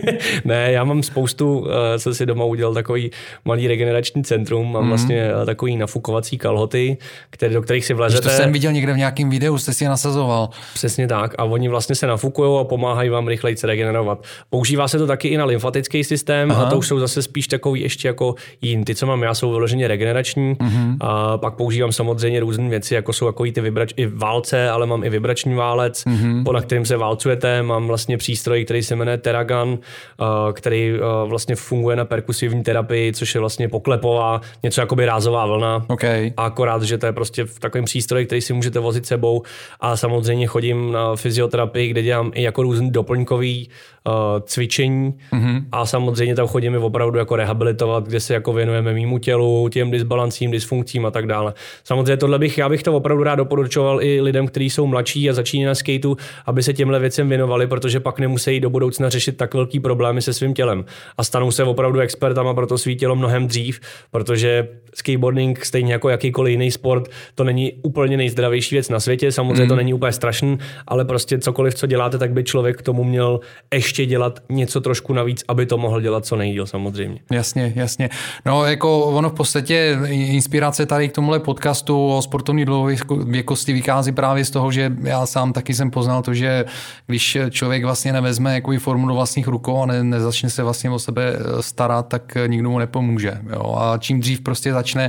Ne, já mám spoustu, uh, jsem si doma udělal takový malý regenerační centrum, mám mm. vlastně uh, takový nafukovací kalhoty, které, do kterých si vlezete. To jsem viděl někde v nějakém videu, jste si je nasazoval. Přesně tak a oni vlastně se nafukujou a pomáhají vám rychleji se regenerovat. Používá se to taky i na lymfatický systém. Aha. A to už jsou zase spíš takový ještě jako jiný. Ty, co mám já, jsou vyloženě regenerační. Mm. A pak používám samozřejmě různé věci, jako jsou takový ty vibrač, i válce, ale mám i vibrační válec, mm. na kterým se válcujete. Mám vlastně přístroj, který se jmenuje Theragun, který vlastně funguje na perkusivní terapii, což je vlastně poklepová, něco jakoby rázová vlna. Okay. A akorát, že to je prostě v takovém přístroji, který si můžete vozit sebou. A samozřejmě chodím na fyzioterapii, kde dělám i jako různý doplňkový uh, cvičení. Mm-hmm. A samozřejmě tam chodíme opravdu jako rehabilitovat, kde se jako věnujeme mému tělu, těm disbalancím, dysfunkcím a tak dále. Samozřejmě tohle bych, já bych to opravdu rád doporučoval i lidem, kteří jsou mladší a začínají na skateu, aby se těmhle věcem věnovali, protože pak nemusí do budoucna řešit tak velký problémy se svým tělem. A stanou se opravdu expertama pro to svý tělo mnohem dřív, protože skateboarding, stejně jako jakýkoliv jiný sport, to není úplně nejzdravější věc na světě, samozřejmě mm. to není úplně strašný, ale prostě cokoliv, co děláte, tak by člověk k tomu měl ještě dělat něco trošku navíc, aby to mohl dělat co nejdýl samozřejmě. Jasně, jasně. No jako ono v podstatě inspirace tady k tomuhle podcastu o sportovní dlouhověkosti vychází právě z toho, že já sám taky jsem poznal to, že když člověk vlastně nevezme jako formu do vlastních rukou a ne, nezačne se vlastně o sebe starat, tak nikdo mu nepomůže. Jo? A čím dřív prostě začne,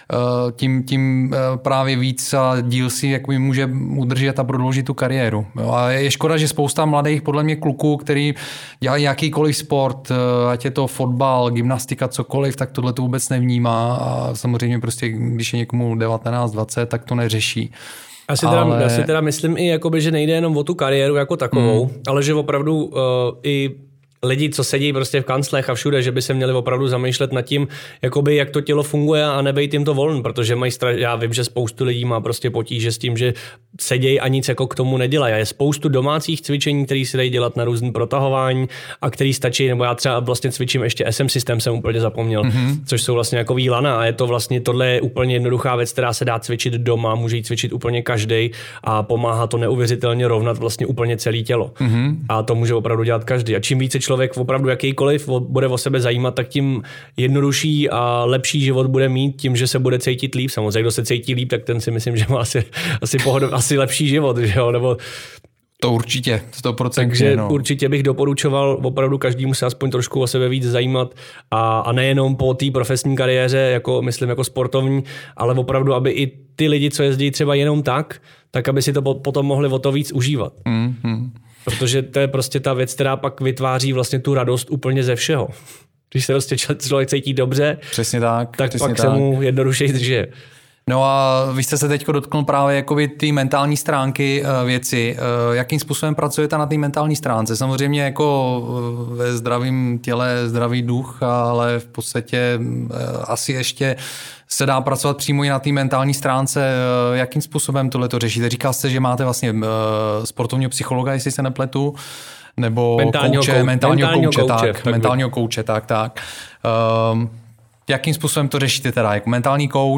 tím, tím právě víc a díl si jako může udržet a prodloužit tu kariéru. Jo? A je škoda, že spousta mladých podle mě kluků, který dělají jakýkoliv sport, ať je to fotbal, gymnastika, cokoliv, tak tohle to vůbec nevnímá a samozřejmě prostě, když je někomu devatenáct dvacet, tak to neřeší. Já si, teda, ale... já si teda myslím i, jakoby, že nejde jenom o tu kariéru jako takovou, hmm. ale že opravdu uh, i lidi, co sedí prostě v kanclech a všude, že by se měli opravdu zamýšlet nad tím, jakoby, jak to tělo funguje a nebejt jim to voln, protože mají stra... já vím, že spoustu lidí má prostě potíže s tím, že sedějí a nic jako k tomu nedělají. A je spoustu domácích cvičení, které se dají dělat na různý protahování a který stačí, nebo já třeba vlastně cvičím ještě S M systém, jsem úplně zapomněl, mm-hmm. což jsou vlastně jako lana a je to vlastně, tohle je úplně jednoduchá věc, která se dá cvičit doma, může jí cvičit úplně každý a pomáhá to neuvěřitelně rovnat vlastně úplně celé tělo. Mm-hmm. A to může opravdu dělat každý. A čím více člověk opravdu jakýkoliv bude o sebe zajímat, tak tím jednodušší a lepší život bude mít tím, že se bude cítit líp. Samozřejmě, kdo se cítí líp, tak ten si myslím, že má asi, asi, pohodl, asi lepší život, že jo? Nebo to určitě, sto procent. Takže no. určitě bych doporučoval opravdu každému se aspoň trošku o sebe víc zajímat a, a nejenom po té profesní kariéře, jako myslím jako sportovní, ale opravdu, aby i ty lidi, co jezdí třeba jenom tak, tak aby si to potom mohli o to víc užívat. Mm-hmm. Protože to je prostě ta věc, která pak vytváří vlastně tu radost úplně ze všeho. Když se prostě člověk cítí dobře, přesně tak, tak přesně pak tak. se mu jednodušeji žije. No a vy jste se teď dotknul právě jakoby ty mentální stránky věci. Jakým způsobem pracujete na té mentální stránce? Samozřejmě jako ve zdravém těle zdravý duch, ale v podstatě asi ještě se dá pracovat přímo i na té mentální stránce. Jakým způsobem tohle to řešíte? Říkal jste, že máte vlastně sportovního psychologa, jestli se nepletu, nebo mentálního kouče, kouče, mentálního, mentálního kouče, kouče, tak, tak mentálního kouče, tak, tak. Um, jakým způsobem to řešíte teda? Jako mentální kouč,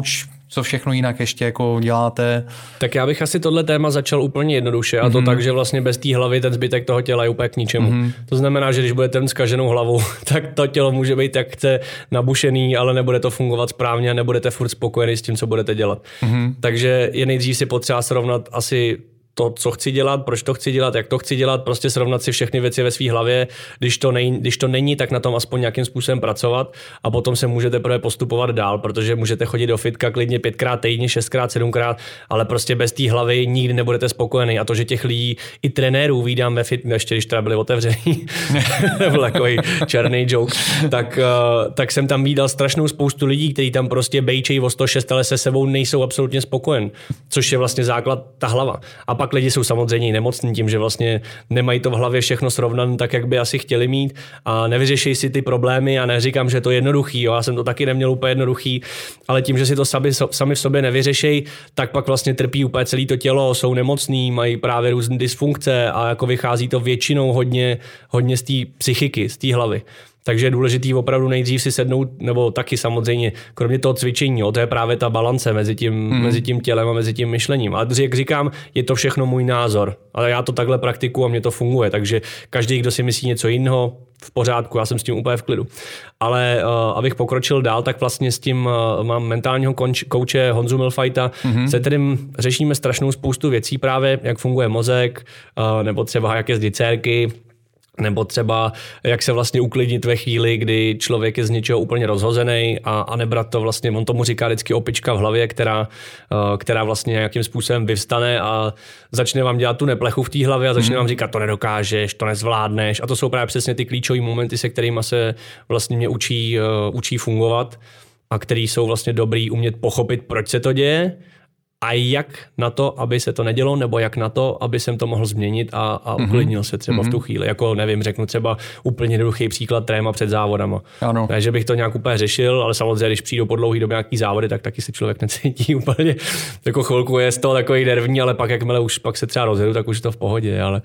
Co všechno jinak ještě jako děláte? Tak já bych asi tohle téma začal úplně jednoduše a to mm-hmm. tak, že vlastně bez té hlavy ten zbytek toho těla je úplně k ničemu. Mm-hmm. To znamená, že když budete mít zkaženou hlavu, tak to tělo může být jak chce nabušený, ale nebude to fungovat správně a nebudete furt spokojený s tím, co budete dělat. Mm-hmm. Takže je nejdřív si potřeba srovnat asi to, co chci dělat, proč to chci dělat, jak to chci dělat, prostě srovnat si všechny věci ve své hlavě. Když to, nej, když to není, tak na tom aspoň nějakým způsobem pracovat a potom se můžete prvé postupovat dál, protože můžete chodit do fitka klidně pětkrát týdně, šestkrát, sedmkrát, ale prostě bez té hlavy nikdy nebudete spokojený. A to, že těch lidí i trenérů vídám ve fitness, ještě když teda byli otevřený, byl takový černý joke, tak, tak jsem tam vídal strašnou spoustu lidí, kteří tam prostě bejčejí o sto šest, ale se sebou nejsou absolutně spokojen, což je vlastně základ ta hlava. A pak lidi jsou samozřejmě nemocní tím, že vlastně nemají to v hlavě všechno srovnané tak, jak by asi chtěli mít a nevyřešejí si ty problémy a neříkám, že to je jednoduchý, jo, já jsem to taky neměl úplně jednoduchý, ale tím, že si to sami, sami v sobě nevyřešejí, tak pak vlastně trpí úplně celé to tělo, jsou nemocní, mají právě různé dysfunkce a jako vychází to většinou hodně, hodně z té psychiky, z té hlavy. Takže je důležitý opravdu nejdřív si sednout, nebo taky samozřejmě, kromě toho cvičení, jo, to je právě ta balance mezi tím, hmm. mezi tím tělem a mezi tím myšlením. A jak říkám, je to všechno můj názor. Ale já to takhle praktikuju a mně to funguje. Takže každý, kdo si myslí něco jiného, v pořádku, já jsem s tím úplně v klidu. Ale uh, abych pokročil dál, tak vlastně s tím uh, mám mentálního kouče Honzu Milfajta, mm-hmm. se kterým řešíme strašnou spoustu věcí právě, jak funguje mozek, uh, nebo třeba jak jezdí dcérky, nebo třeba jak se vlastně uklidnit ve chvíli, kdy člověk je z něčeho úplně rozhozený a, a nebrat to vlastně, on tomu říká vždycky opička v hlavě, která, která vlastně nějakým způsobem vyvstane a začne vám dělat tu neplechu v té hlavě a začne vám říkat, to nedokážeš, to nezvládneš a to jsou právě přesně ty klíčové momenty, se kterými se vlastně mě učí, uh, učí fungovat a který jsou vlastně dobrý umět pochopit, proč se to děje a jak na to, aby se to nedělo, nebo jak na to, aby jsem to mohl změnit a, a mm-hmm. uklidnil se třeba mm-hmm. v tu chvíli. Jako nevím, řeknu třeba úplně jednoduchý příklad tréma před závodama. Ano. Ne, že bych to nějak úplně řešil, ale samozřejmě, když přijdou po dlouhý době nějaký závody, tak taky se člověk necítí úplně. Jako chvilku je z toho takový nervní, ale pak jakmile už pak se třeba rozjedu, tak už je to v pohodě, ale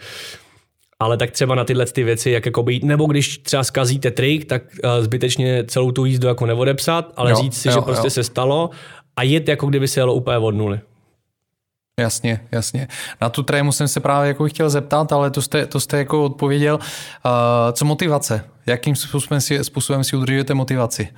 Ale tak třeba na tyhle ty věci, jak jako být, nebo když třeba zkazíte trik, tak uh, zbytečně celou tu jízdu jako neodepsat, ale jo, říct si, jo, že prostě jo. se stalo a jet jako kdyby se jelo úplně od nuly. Jasně, jasně. Na tu trému jsem se právě jako chtěl zeptat, ale to jste, to jste jako odpověděl. Uh, co motivace? Jakým způsobem si, způsobem si udržujete motivaci?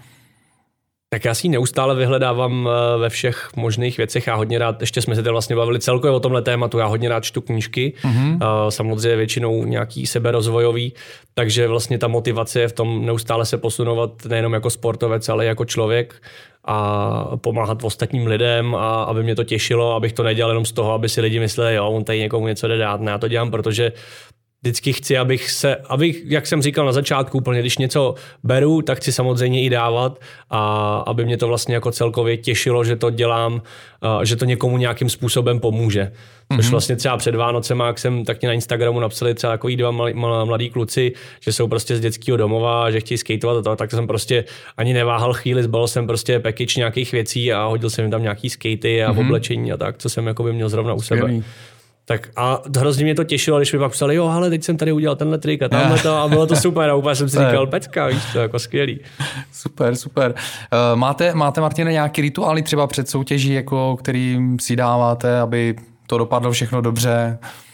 Tak já si ji neustále vyhledávám ve všech možných věcech. Já hodně rád, ještě jsme se tady vlastně bavili celkově o tomhle tématu, já hodně rád čtu knížky, mm-hmm. samozřejmě většinou nějaký seberozvojový, takže vlastně ta motivace je v tom neustále se posunovat nejenom jako sportovec, ale jako člověk a pomáhat ostatním lidem a aby mě to těšilo, abych to nedělal jenom z toho, aby si lidi mysleli, jo, on tady někomu něco jde dát. Ne, já to dělám, protože vždycky chci, abych se, abych, jak jsem říkal na začátku úplně, když něco beru, tak chci samozřejmě i dávat a aby mě to vlastně jako celkově těšilo, že to dělám, že to někomu nějakým způsobem pomůže. Což mm-hmm. vlastně třeba před Vánocema, jak jsem tak na Instagramu napsali třeba takový dva mladí kluci, že jsou prostě z dětského domova, že chtějí skateovat a to, tak jsem prostě ani neváhal chvíli, zbalil jsem prostě package nějakých věcí a hodil jsem jim tam nějaký skatey a mm-hmm. oblečení a tak, co jsem jako by měl zrovna u sebe. Skvělý. Tak a hrozně mě to těšilo, když mi pak psali, jo, ale teď jsem tady udělal tenhle trik a tamhle to a bylo to super a úplně jsem si říkal, pecka, víš, to je jako skvělý. Super, super. Uh, máte, máte, Martine, nějaký rituály třeba před soutěží, jako kterým si dáváte, aby to dopadlo všechno dobře,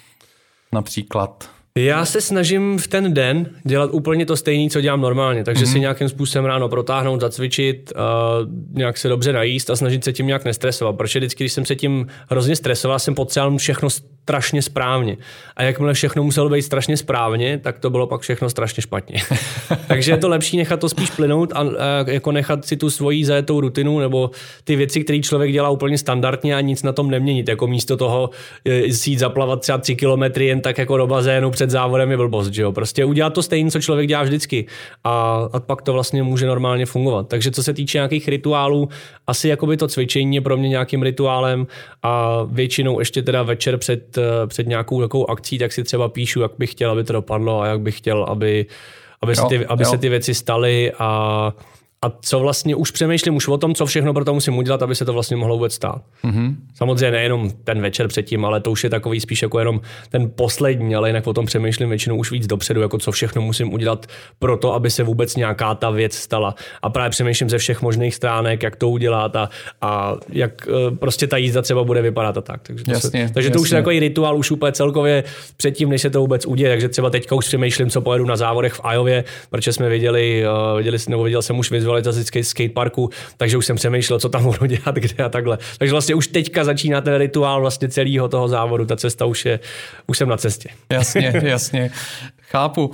například? Já se snažím v ten den dělat úplně to stejné, co dělám normálně, takže mm-hmm. si nějakým způsobem ráno protáhnout, zacvičit, uh, nějak se dobře najíst a snažit se tím nějak nestresovat, protože vždycky, když jsem se tím hrozně stresoval, jsem potřeboval všechno strašně správně. A jakmile všechno muselo být strašně správně, tak to bylo pak všechno strašně špatně. Takže je to lepší nechat to spíš plynout a, a jako nechat si tu svoji zajetou rutinu nebo ty věci, které člověk dělá úplně standardně a nic na tom neměnit. Jako místo toho si jít zaplavat třeba tři kilometry jen tak jako do bazénu před závodem je blbost, že jo. Prostě udělat to stejné, co člověk dělá vždycky. A, a pak to vlastně může normálně fungovat. Takže co se týče nějakých rituálů, asi jakoby to cvičení je pro mě nějakým rituálem a většinou ještě teda večer před před nějakou takovou akcí, tak si třeba píšu, jak bych chtěl, aby to dopadlo a jak bych chtěl, aby, aby, jo, se, ty, aby se ty věci staly a, a co vlastně už přemýšlím už o tom, co všechno pro to musím udělat, aby se to vlastně mohlo vůbec stát. Mm-hmm. Samozřejmě nejenom ten večer předtím, ale to už je takový spíš jako jenom ten poslední, ale jinak o tom přemýšlím většinou už víc dopředu, jako co všechno musím udělat pro to, aby se vůbec nějaká ta věc stala. A právě přemýšlím ze všech možných stránek, jak to udělat a, a jak prostě ta jízda třeba bude vypadat a tak. Takže to, jasně, se, takže to jasně. už je takový rituál už úplně celkově předtím, než se to vůbec uděje. Takže třeba teďka už přemýšlím, co pojedu na závodech v Iově, protože jsme viděli, uh, viděli nebo viděl jsem už vizualizaci skateparku, takže už jsem přemýšlel, co tam budu dělat, kde a takhle. Takže vlastně už teďka začíná ten rituál vlastně celého toho závodu. Ta cesta už je, už jsem na cestě. Jasně, jasně. Chápu. Uh,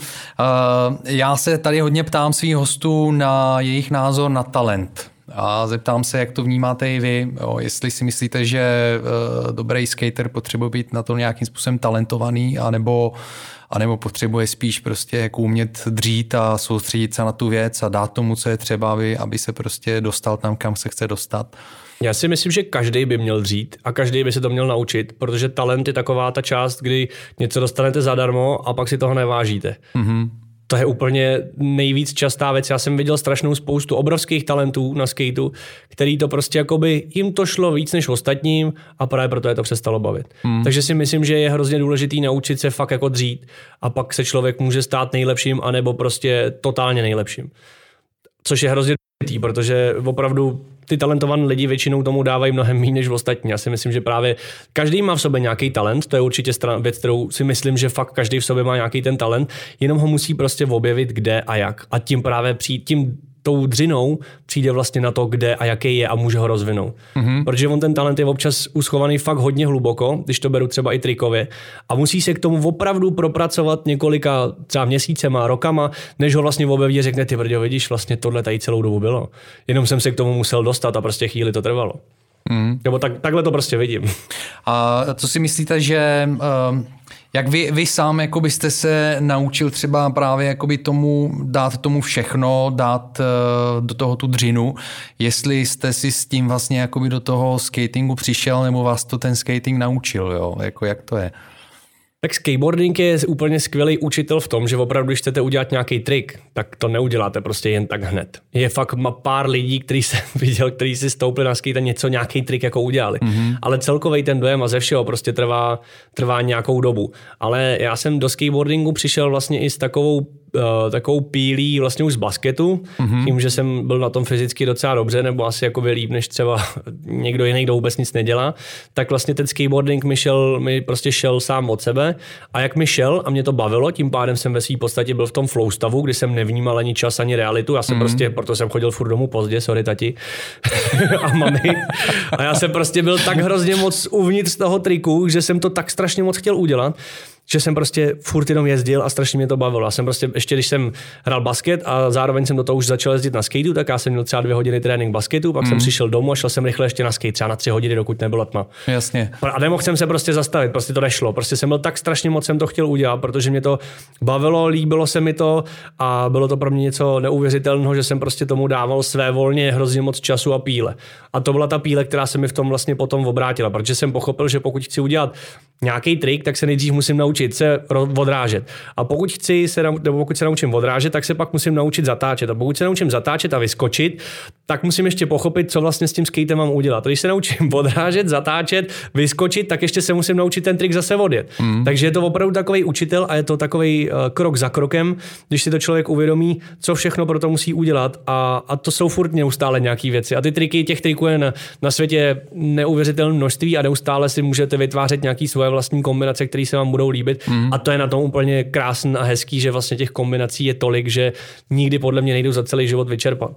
já se tady hodně ptám svých hostů na jejich názor na talent. A zeptám se, jak to vnímáte i vy, jo, jestli si myslíte, že uh, dobrý skater potřebuje být na to nějakým způsobem talentovaný, anebo, anebo potřebuje spíš prostě jako umět dřít a soustředit se na tu věc a dát tomu, co je třeba, aby, aby se prostě dostal tam, kam se chce dostat. Já si myslím, že každý by měl dřít a každý by se to měl naučit, protože talent je taková ta část, kdy něco dostanete zadarmo a pak si toho nevážíte. Mm-hmm. To je úplně nejvíc častá věc. Já jsem viděl strašnou spoustu obrovských talentů na skateu, který to prostě jakoby jim to šlo víc než ostatním a právě proto je to přestalo bavit. Mm. Takže si myslím, že je hrozně důležitý naučit se fakt jako dřít a pak se člověk může stát nejlepším anebo prostě totálně nejlepším. Což je hrozně důležitý, protože opravdu ty talentovaní lidi většinou tomu dávají mnohem méně než ostatní. Já si myslím, že právě každý má v sobě nějaký talent, to je určitě věc, kterou si myslím, že fakt každý v sobě má nějaký ten talent, jenom ho musí prostě objevit kde a jak. A tím právě přijít, tím tou dřinou přijde vlastně na to, kde a jaký je a může ho rozvinout. Mm-hmm. Protože on ten talent je občas uschovaný fakt hodně hluboko, když to beru třeba i trikově a musí se k tomu opravdu propracovat několika třeba měsícema, rokama, než ho vlastně objeví a řekne, ty brďo, vidíš, vlastně tohle tady celou dobu bylo. Jenom jsem se k tomu musel dostat a prostě chvíli to trvalo. Mm. Nebo tak, takhle to prostě vidím. A co si myslíte, že uh, jak vy, vy sám jako byste se naučil třeba právě jakoby tomu dát tomu všechno, dát uh, do toho tu dřinu, jestli jste si s tím vlastně jakoby do toho skatingu přišel nebo vás to ten skating naučil, jo? Jako jak to je? Tak skateboarding je úplně skvělý učitel v tom, že opravdu, když chcete udělat nějaký trik, tak to neuděláte prostě jen tak hned. Je fakt pár lidí, který jsem viděl, kteří si stoupli na skate a něco, nějaký trik jako udělali. Mm-hmm. Ale celkový ten dojem a ze všeho prostě trvá, trvá nějakou dobu. Ale já jsem do skateboardingu přišel vlastně i s takovou Uh, takovou pílí vlastně už z basketu, mm-hmm. tím, že jsem byl na tom fyzicky docela dobře, nebo asi jako líp než třeba někdo jiný, kdo vůbec nic nedělá, tak vlastně ten skateboarding mi, šel, mi prostě šel sám od sebe a jak mi šel a mě to bavilo, tím pádem jsem ve své podstatě byl v tom flow stavu, kdy jsem nevnímal ani čas, ani realitu, já jsem mm-hmm. prostě, proto jsem chodil furt domů pozdě, sorry tati a mami, a já jsem prostě byl tak hrozně moc uvnitř toho triku, že jsem to tak strašně moc chtěl udělat, že jsem prostě furt jenom jezdil a strašně mě to bavilo. Já jsem prostě, ještě když jsem hrál basket a zároveň jsem do toho už začal jezdit na skateu, tak já jsem měl třeba dvě hodiny trénink basketu, pak mm. jsem přišel domů a šel jsem rychle ještě na skate, třeba na tři hodiny, dokud nebyla tma. Jasně. A nemohl jsem se prostě zastavit, prostě to nešlo. Prostě jsem byl tak strašně moc, jsem to chtěl udělat, protože mě to bavilo, líbilo se mi to a bylo to pro mě něco neuvěřitelného, že jsem prostě tomu dával své volně hrozně moc času a píle. A to byla ta píle, která se mi v tom vlastně potom obrátila, protože jsem pochopil, že pokud chci udělat nějaký trik, tak se nejdřív musím naučit se odrážet. A pokud chci se, nebo pokud se naučím odrážet, tak se pak musím naučit zatáčet. A pokud se naučím zatáčet a vyskočit, tak musím ještě pochopit, co vlastně s tím skatem mám udělat. A když se naučím odrážet, zatáčet, vyskočit, tak ještě se musím naučit ten trik zase odjet. Mm. Takže je to opravdu takový učitel a je to takový uh, krok za krokem, když si to člověk uvědomí, co všechno pro to musí udělat. A, a to jsou furt neustále nějaký věci. A ty triky, těch triků je na, na světě neuvěřitelné množství a neustále si můžete vytvářet nějaký svoje vlastní kombinace, které se vám budou líbit. Mm. A to je na tom úplně krásný a hezký, že vlastně těch kombinací je tolik, že nikdy podle mě nejdou za celý život vyčerpat.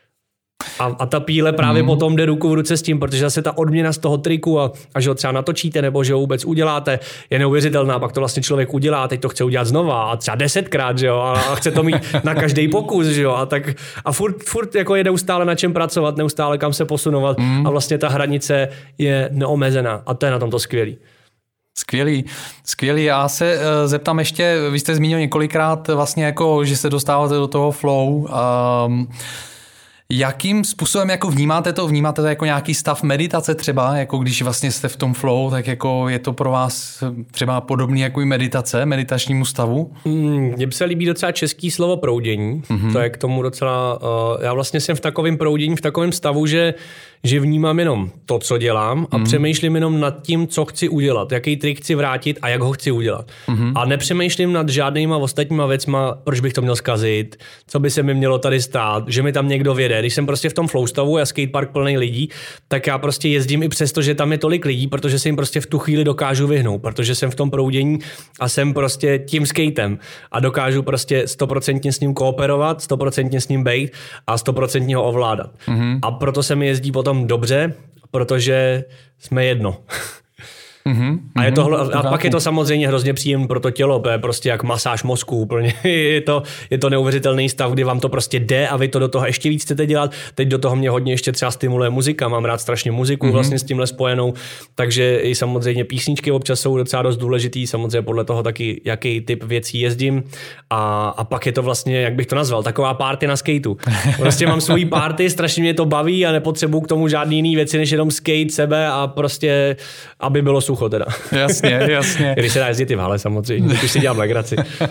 A, a ta píle právě mm. potom jde ruku v ruce s tím, protože zase ta odměna z toho triku a, a že ho třeba natočíte nebo že ho vůbec uděláte, je neuvěřitelná. Pak to vlastně člověk udělá, teď to chce udělat znova a třeba desetkrát, že jo, a, a chce to mít na každý pokus, že jo, a tak a furt, furt jako je neustále na čem pracovat, neustále kam se posunovat mm. a vlastně ta hranice je neomezená a to je na tom to skvělý. Skvělý, skvělý. Já se uh, zeptám ještě, vy jste zmínil několikrát vlastně jako, že se dostáváte do toho flow. Um, Jakým způsobem jako vnímáte to? Vnímáte to jako nějaký stav meditace třeba? Jako když vlastně jste v tom flow, tak jako je to pro vás třeba podobný jako i meditace, meditačnímu stavu? Mně mm, se líbí docela český slovo proudění. Mm-hmm. To je k tomu docela... Uh, já vlastně jsem v takovém proudění, v takovém stavu, že že vnímám jenom to, co dělám a mm. přemýšlím jenom nad tím, co chci udělat, jaký trik chci vrátit a jak ho chci udělat. Mm. A nepřemýšlím nad žádnýma ostatníma věcma, proč bych to měl zkazit, co by se mi mělo tady stát, že mi tam někdo vjede. Když jsem prostě v tom flow stavu a skatepark plný lidí, tak já prostě jezdím i přesto, že tam je tolik lidí, protože se jim prostě v tu chvíli dokážu vyhnout, protože jsem v tom proudění a jsem prostě tím skatem a dokážu prostě stoprocentně s ním kooperovat, stoprocentně s ním bejt a stoprocentně ho ovládat. Mm. A proto se mi jezdí potom dobře, protože jsme jedno. Mm-hmm, a, je to, a pak je to samozřejmě hrozně příjemné pro to tělo, to je prostě jak masáž mozku úplně. je, to, je to neuvěřitelný stav, kdy vám to prostě jde a vy to do toho ještě víc chcete dělat. Teď do toho mě hodně ještě třeba stimuluje muzika, mám rád strašně muziku mm-hmm. vlastně s tímhle spojenou, takže i samozřejmě písničky občas jsou docela dost důležitý, samozřejmě podle toho taky, jaký typ věcí jezdím. A, a pak je to vlastně, jak bych to nazval, taková party na skateu. Prostě mám svůj party, strašně mě to baví a nepotřebuju k tomu žádný jiný věci, než jenom skate sebe a prostě, aby bylo sucho teda. Jasně, jasně. Když se dá jezdit i v hale samozřejmě, když si dělám legraci.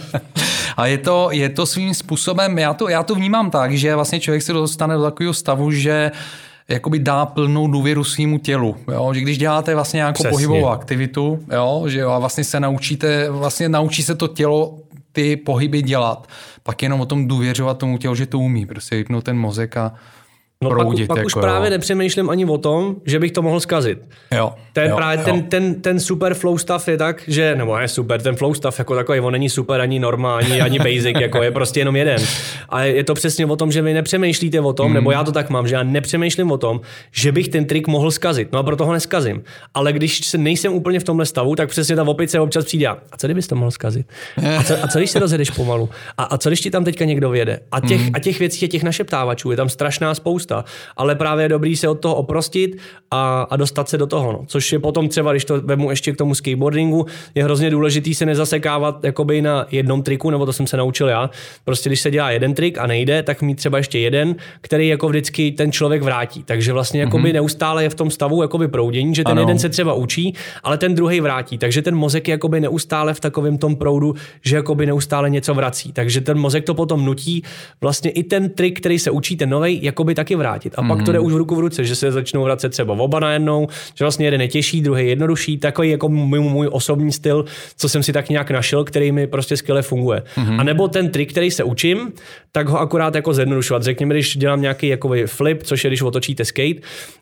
A je to, je to svým způsobem, já to, já to vnímám tak, že vlastně člověk se dostane do takového stavu, že jakoby dá plnou důvěru svýmu tělu, jo? Že když děláte vlastně nějakou Přesně. pohybovou aktivitu, jo? Že jo? A vlastně se naučíte, vlastně naučí se to tělo ty pohyby dělat, pak jenom o tom důvěřovat tomu tělu, že to umí, prostě vypnout ten mozek a No proudit, pak, pak jako, už právě jo. nepřemýšlím ani o tom, že bych to mohl zkazit. Jo, ten, jo, právě jo. Ten, ten, ten super flow stav je tak, že, nebo ne super, ten flow stav jako takový, on není super ani norma, ani, ani basic, jako je prostě jenom jeden. A je to přesně o tom, že vy nepřemýšlíte o tom, mm. nebo já to tak mám, že já nepřemýšlím o tom, že bych ten trik mohl zkazit, no a proto ho neskazím. Ale když se nejsem úplně v tomhle stavu, tak přesně ta opice občas přijde. A co kdybys to mohl zkazit? A co, a co když se rozjedeš pomalu? A, a co když ti tam teďka někdo vjede? A těch, mm. a těch věcí je těch našeptávačů, je tam strašná spousta. Ale právě je dobrý se od toho oprostit a, a dostat se do toho. No. Což je potom třeba, když to vemu ještě k tomu skateboardingu, je hrozně důležitý se nezasekávat jakoby na jednom triku, nebo to jsem se naučil já. Prostě když se dělá jeden trik a nejde, tak mít třeba ještě jeden, který jako vždycky ten člověk vrátí. Takže vlastně jakoby mm-hmm. neustále je v tom stavu jakoby proudění, že ten ano. jeden se třeba učí, ale ten druhý vrátí. Takže ten mozek je jakoby neustále v takovém tom proudu, že jakoby neustále něco vrací. Takže ten mozek to potom nutí vlastně i ten trik, který se učí, ten novej, jakoby taky vrátit. A pak to jde už v ruku v ruce, že se začnou vracet třeba oba najednou, že vlastně jeden je těžší, druhý jednodušší, takový jako můj, můj osobní styl, co jsem si tak nějak našel, který mi prostě skvěle funguje. Mm-hmm. A nebo ten trik, který se učím, tak ho akorát jako zjednodušovat. Řekněme, když dělám nějaký jakoby flip, což je, když otočíte skate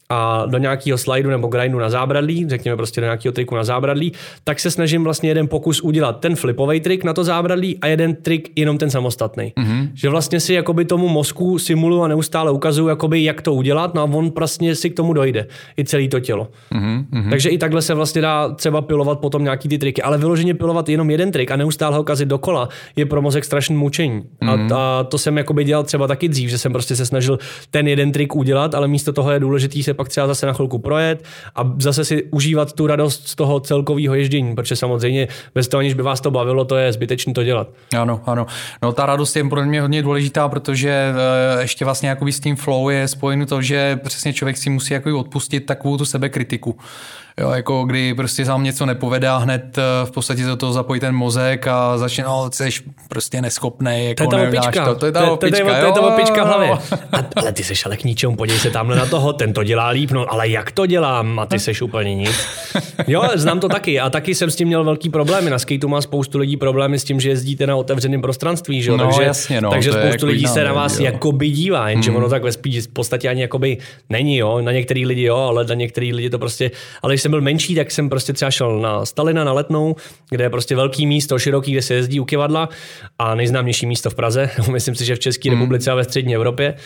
a do nějakého slajdu nebo grindu na zábradlí, řekněme prostě do nějakého triku na zábradlí, tak se snažím vlastně jeden pokus udělat ten flipový trik na to zábradlí a jeden trik jenom ten samostatný. Mm-hmm. Že vlastně si jakoby tomu mozku simuluju a neustále ukazuju, jakoby jak to udělat, no a on vlastně si k tomu dojde. I celé to tělo. Mm-hmm. Takže i takhle se vlastně dá třeba pilovat potom nějaký ty triky, ale vyloženě pilovat jenom jeden trik a neustále ho kazit dokola je pro mozek strašný mučení. Mm-hmm. A, a to jsem jakoby dělal třeba taky dřív, že jsem prostě se snažil ten jeden trik udělat, ale místo toho je důležitý se pak třeba zase na chvilku projet a zase si užívat tu radost z toho celkového ježdění, protože samozřejmě bez toho, aniž by vás to bavilo, to je zbytečný to dělat. Ano, ano. No ta radost je pro mě hodně důležitá, protože ještě vlastně jakoby s tím flow je spojený to, že přesně člověk si musí jako odpustit takovou tu sebekritiku. Jo, jako kdy prostě sám něco nepovede a hned v podstatě do toho zapojí ten mozek a začne, no, jsi prostě neschopnej. Jako to je ta opička. To, to je ta opička, to, to, to je ta opička v hlavě. A, ale ty seš ale k ničemu, podívej se tamhle na toho, ten to dělá líp, no ale jak to dělám a ty seš úplně nic. Jo, znám to taky a taky jsem s tím měl velký problémy. Na skateu má spoustu lidí problémy s tím, že jezdíte na otevřeném prostranství, že jo? No, takže, jasně, no, takže spoustu jako lidí se na vás jo. jakoby dívá, jenže hmm. ono tak ve v podstatě ani jakoby není, jo. Na některý lidi jo, ale na některý lidi to prostě, ale když jsem byl menší, tak jsem prostě třeba šel na Stalina na Letnou, kde je prostě velký místo, široký, kde se jezdí u kivadla a nejznámější místo v Praze, myslím si, že v České hmm. republice a ve střední Evropě.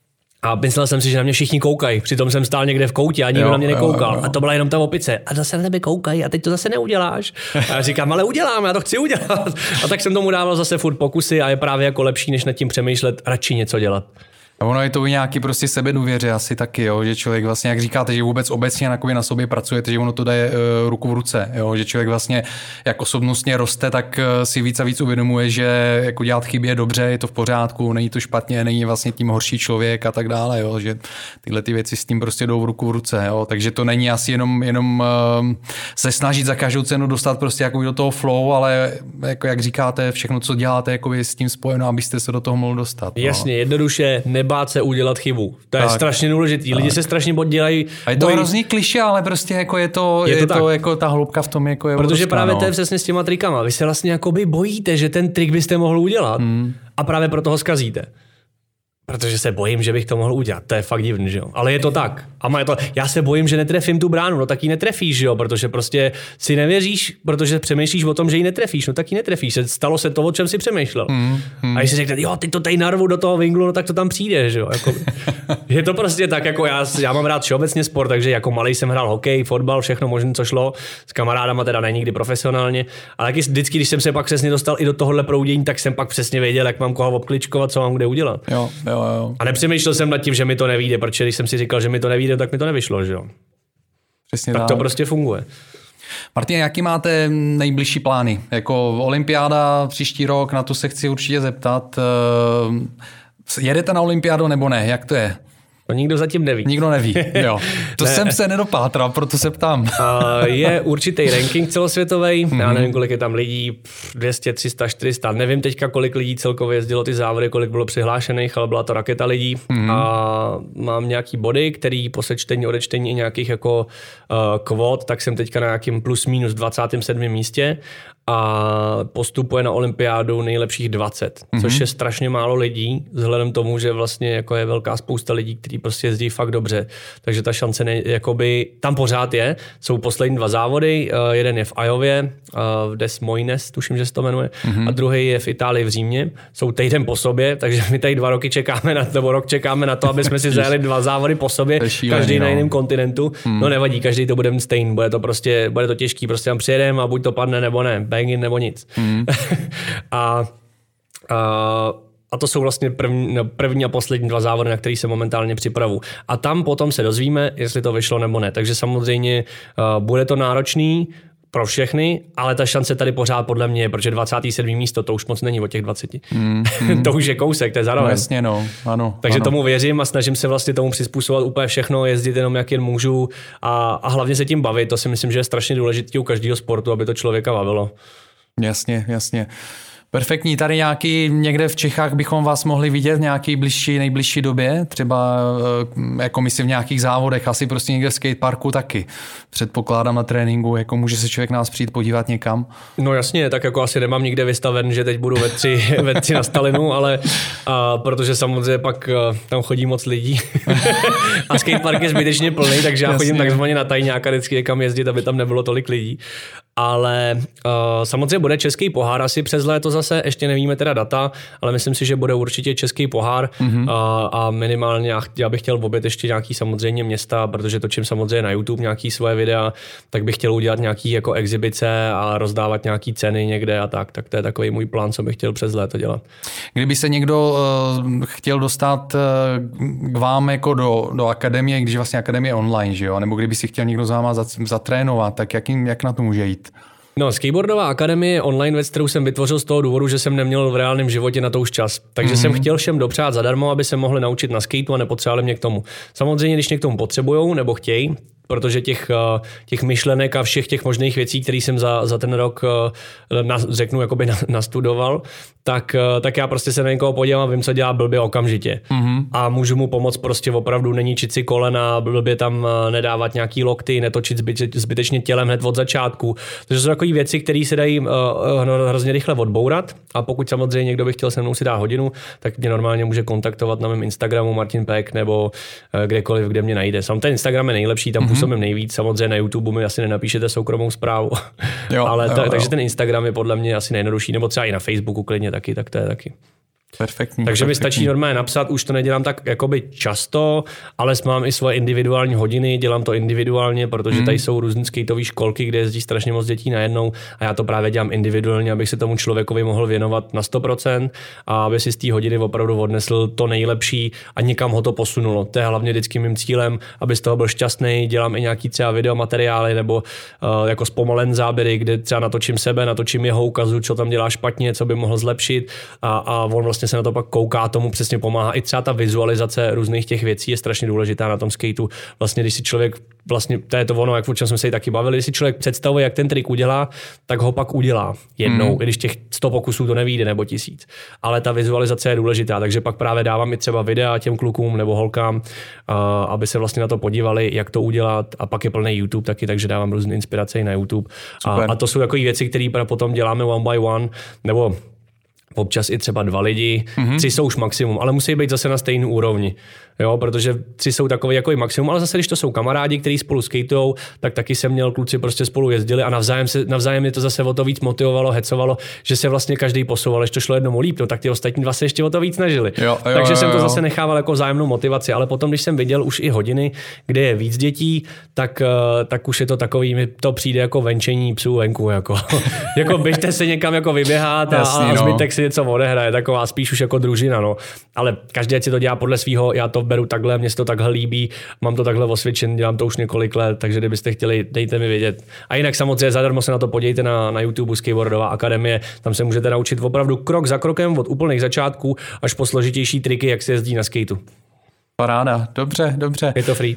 A myslel jsem si, že na mě všichni koukají. Přitom jsem stál někde v koutě a nikdo jo, na mě nekoukal. Jo, jo. A to byla jenom ta opice. A zase na tebe koukají a teď to zase neuděláš. A já říkám, ale udělám, já to chci udělat. A tak jsem tomu dával zase furt pokusy a je právě jako lepší, než nad tím přemýšlet, radši něco dělat. A ono je to i nějaký prostě sebedůvěře asi taky, jo, že člověk vlastně, jak říkáte, že vůbec obecně na, na sobě pracujete, že ono to jde uh, ruku v ruce, jo, že člověk vlastně jak osobnostně roste, tak uh, si víc a víc uvědomuje, že jako dělat chyby je dobře, je to v pořádku, není to špatně, není vlastně tím horší člověk a tak dále, jo, že tyhle ty věci s tím prostě jdou v ruku v ruce, jo, takže to není asi jenom, jenom uh, se snažit za každou cenu dostat prostě jako do toho flow, ale jako jak říkáte, všechno, co děláte, jako je s tím spojeno, abyste se do toho mohli dostat. Jasně, no. jednoduše nebát se udělat chybu. To je tak, strašně důležitý. Lidi tak. se strašně dělají. A je to bojí... hrozný klišé, ale prostě jako je to, je to, je to jako ta hloubka v tom, jako je protože obrovská, právě no. to je přesně s těma trikama. Vy se vlastně jakoby bojíte, že ten trik byste mohl udělat hmm. a právě proto ho zkazíte. Protože se bojím, že bych to mohl udělat. To je fakt divný, že jo. Ale je to tak. A má to, já se bojím, že netrefím tu bránu, no tak ji netrefíš, že jo, protože prostě si nevěříš, protože přemýšlíš o tom, že ji netrefíš, no tak ji netrefíš. Stalo se to, o čem si přemýšlel. Mm, mm. A když si řekne, jo, ty to tady narvu do toho vinglu, no tak to tam přijde, že jo. Jako, je to prostě tak, jako já, já mám rád všeobecně sport, takže jako malej jsem hrál hokej, fotbal, všechno možné, co šlo. S kamarádama teda ne nikdy profesionálně. Ale taky vždycky, když jsem se pak přesně dostal i do tohohle proudění, tak jsem pak přesně věděl, jak mám koho obkličkovat, co mám kde udělat. Jo, jo, jo. A nepřemýšlel jsem nad tím, že mi to nevyjde, protože když jsem si říkal, že mi to nevyjde, tak mi to nevyšlo, že jo. Přesně tak. tak To prostě funguje. Martin, jaký máte nejbližší plány? Jako olympiáda příští rok, na to se chci určitě zeptat. Jedete na olympiádu nebo ne? Jak to je? To nikdo zatím neví. Nikdo neví, jo. To ne. Jsem se nedopátral, proto se ptám. Uh, je určitý ranking celosvětový, mm-hmm. já nevím, kolik je tam lidí, dvě stě, tři sta, čtyři sta, nevím teďka, kolik lidí celkově jezdilo ty závody, kolik bylo přihlášených, ale byla to raketa lidí. Mm-hmm. A mám nějaký body, který po sečtení, odečtení i nějakých jako uh, kvót, tak jsem teďka na nějakým plus minus dvacátém sedmém místě a postupuje na olympiádu nejlepších dvacet, mm-hmm. což je strašně málo lidí, vzhledem tomu, že vlastně jako je velká spousta lidí, kteří prostě jezdí fakt dobře. Takže ta šance ne, jakoby, tam pořád je. Jsou poslední dva závody, uh, jeden je v Iově, uh, v Des Moines, tuším, že se to jmenuje, mm-hmm. a druhý je v Itálii v Římě. Jsou týden po sobě, takže my tady dva roky čekáme na nebo rok čekáme na to, aby jsme si zajeli dva závody po sobě, šílený, každý no. na jiném kontinentu. Mm. No nevadí, každý to bude stejný, bude to prostě, bude to těžký, prostě tam přijedeme a buď to padne nebo ne, bang in nebo nic. Mm. a, a A to jsou vlastně první, no, první a poslední dva závody, na který se momentálně připravu. A tam potom se dozvíme, jestli to vyšlo nebo ne. Takže samozřejmě uh, bude to náročný pro všechny, ale ta šance tady pořád podle mě je, protože dvacáté sedmé místo, to už moc není od těch dvaceti. Mm, mm. To už je kousek, to je zároveň. No, jasně, no. Ano, Takže ano. tomu věřím a snažím se vlastně tomu přizpůsobovat úplně všechno, jezdit jenom jak jen můžu a, a hlavně se tím bavit. To si myslím, že je strašně důležité u každého sportu, aby to člověka bavilo. Jasně, jasně. Perfektní, tady nějaký, někde v Čechách bychom vás mohli vidět v nějaký bližší, nejbližší době, třeba jako my si v nějakých závodech, asi prostě někde v skateparku taky. Předpokládám na tréninku, jako může se člověk nás přijít podívat někam. No jasně, tak jako asi nemám nikde vystaven, že teď budu ve tři, ve tři na Stalinu, ale a, protože samozřejmě pak a, tam chodí moc lidí a skatepark je zbytečně plný, takže já jasně. chodím takzvaně na tajňáka vždycky někam jezdit, aby tam nebylo tolik lidí. Ale uh, samozřejmě bude český pohár asi přes léto zase, ještě nevíme teda data, ale myslím si, že bude určitě český pohár mm-hmm. uh, a minimálně já, já bych chtěl objet ještě nějaký samozřejmě města, protože točím samozřejmě na YouTube nějaký svoje videa, tak bych chtěl udělat nějaký jako exibice a rozdávat nějaký ceny někde a tak, tak to je takový můj plán, co bych chtěl přes léto dělat. Kdyby se někdo uh, chtěl dostat uh, k vám jako do, do akademie, když vlastně akademie online, že jo, nebo kdyby si chtěl někdo za váma zatrénovat, tak jak, jak na to může jít? No, skateboardová akademie je online věc, kterou jsem vytvořil z toho důvodu, že jsem neměl v reálném životě na to už čas. Takže mm-hmm. jsem chtěl všem dopřát zadarmo, aby se mohli naučit na skateu a nepotřebovali mě k tomu. Samozřejmě, když mě k tomu potřebujou nebo chtějí, protože těch, těch myšlenek a všech těch možných věcí, které jsem za, za ten rok, na, řeknu, jakoby nastudoval, tak, tak já prostě se na někoho podívám a vím, co dělá blbě okamžitě. Mm-hmm. A můžu mu pomoct prostě opravdu neníčit si kolena, blbě tam nedávat nějaký lokty, netočit zbytečně tělem hned od začátku. Takže jsou takové věci, které se dají uh, hrozně rychle odbourat a pokud samozřejmě někdo by chtěl se mnou si dát hodinu, tak mě normálně může kontaktovat na mém Instagramu Martin Pek nebo uh, kdekoliv, kde mě najde. Sam ten Instagram je nejlepší, tam mm-hmm. působím nejvíc, samozřejmě na YouTube mi asi nenapíšete soukromou zprávu, jo, ale jo, ta, jo. takže ten Instagram je podle mě asi nejjednodušší, nebo třeba i na Facebooku klidně taky, tak to je taky. Perfektní. Takže perfektní. mi stačí normálně napsat, už to nedělám tak jakoby často, ale mám i svoje individuální hodiny, dělám to individuálně, protože hmm. tady jsou různé skateové školky, kde jezdí strašně moc dětí najednou a já to právě dělám individuálně, abych se tomu člověkovi mohl věnovat na sto procent a aby si z té hodiny opravdu odnesl to nejlepší a někam ho to posunulo. To je hlavně vždycky mým cílem, aby z toho byl šťastný. Dělám i nějaký třeba videomateriály nebo uh, jako zpomalen záběry, kde třeba natočím sebe, natočím jeho, ukazu, co tam dělá špatně, co by mohl zlepšit a, a on vlastně se na to pak kouká, tomu přesně pomáhá. I třeba ta vizualizace různých těch věcí je strašně důležitá na tom skateu. Vlastně, když si člověk, vlastně, to je to ono, jak v čem jsme se i taky bavili, když si člověk představuje, jak ten trik udělá, tak ho pak udělá jednou, mm. když těch sto pokusů to nevyjde nebo tisíc. Ale ta vizualizace je důležitá, takže pak právě dávám i třeba videa těm klukům nebo holkám, uh, aby se vlastně na to podívali, jak to udělat a pak je plný YouTube taky, takže dávám různé inspirace i na YouTube. A, a to jsou takové věci, které potom děláme one by one, nebo občas i třeba dva lidi, mm-hmm. tři jsou už maximum, ale musí být zase na stejné úrovni, jo, protože tři jsou takový jako i maximum, ale zase když to jsou kamarádi, kteří spolu skatujou, tak taky jsem měl kluci prostě spolu jezdili a navzájem, se, navzájem mě to zase o to víc motivovalo, hecovalo, že se vlastně každý posouval, když to šlo jednomu líp, no, tak ty ostatní dva se ještě o to víc snažili. Jo, jo, Takže jo, jsem to jo. zase nechával jako vzájemnou motivaci, ale potom, když jsem viděl už i hodiny, kde je víc dětí, tak, tak už je to takový, mi to přijde jako venčení psů venku, jako, jako běžte se někam jako vyběhat a, Jasný, a zbytek no. si něco odehraje, taková spíš už jako družina, no. Ale každý si to dělá podle svého, já to beru takhle, mně se to takhle líbí, mám to takhle osvědčen, dělám to už několik let, takže kdybyste chtěli, dejte mi vědět. A jinak samozřejmě zadarmo se na to podívejte na, na YouTube Skateboardová akademie, tam se můžete naučit opravdu krok za krokem od úplných začátků až po složitější triky, jak se jezdí na skateu. Paráda, dobře, dobře. Je to free.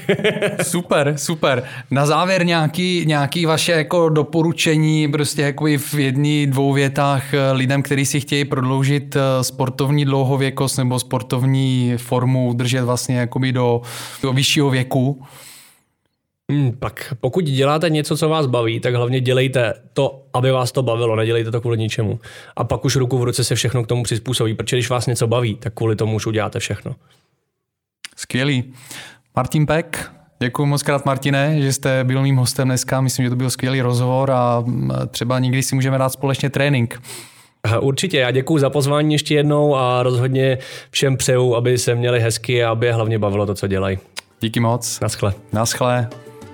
Super, super. Na závěr nějaký, nějaký vaše jako doporučení, prostě jako v jedný, dvou větách lidem, kteří si chtějí prodloužit sportovní dlouhověkost nebo sportovní formu udržet vlastně jakoby do, do vyššího věku? Hmm, pak pokud děláte něco, co vás baví, tak hlavně dělejte to, aby vás to bavilo, nedělejte to kvůli ničemu. A pak už ruku v ruce se všechno k tomu přizpůsobí, protože když vás něco baví, tak kvůli tomu už uděláte všechno. Skvělý. Martin Pek, děkuji moc krát, Martine, že jste byl mým hostem dneska. Myslím, že to byl skvělý rozhovor a třeba někdy si můžeme dát společně trénink. Určitě, já děkuji za pozvání ještě jednou a rozhodně všem přeju, aby se měli hezky a aby je hlavně bavilo to, co dělají. Díky moc. Naschle. Naschle.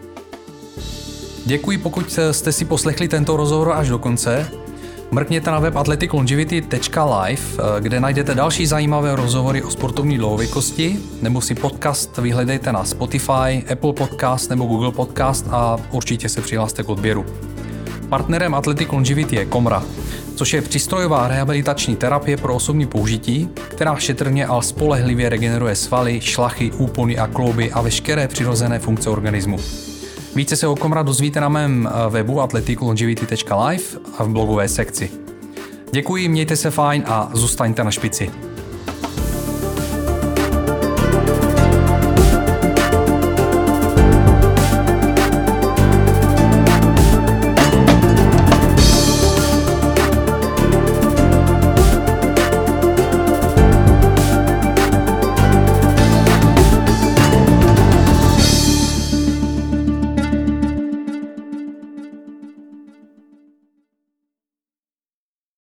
Děkuji, pokud jste si poslechli tento rozhovor až do konce. Mrkněte na web athletic longevity tečka live, kde najdete další zajímavé rozhovory o sportovní dlouhověkosti, nebo si podcast vyhledejte na Spotify, Apple Podcast nebo Google Podcast a určitě se přihlaste k odběru. Partnerem Athletic Longevity je Komra, což je přístrojová rehabilitační terapie pro osobní použití, která šetrně a spolehlivě regeneruje svaly, šlachy, úpony a klouby a veškeré přirozené funkce organismu. Více se o Komra dozvíte na mém webu athletic longevity tečka live a v blogové sekci. Děkuji, mějte se fajn a zůstaňte na špici.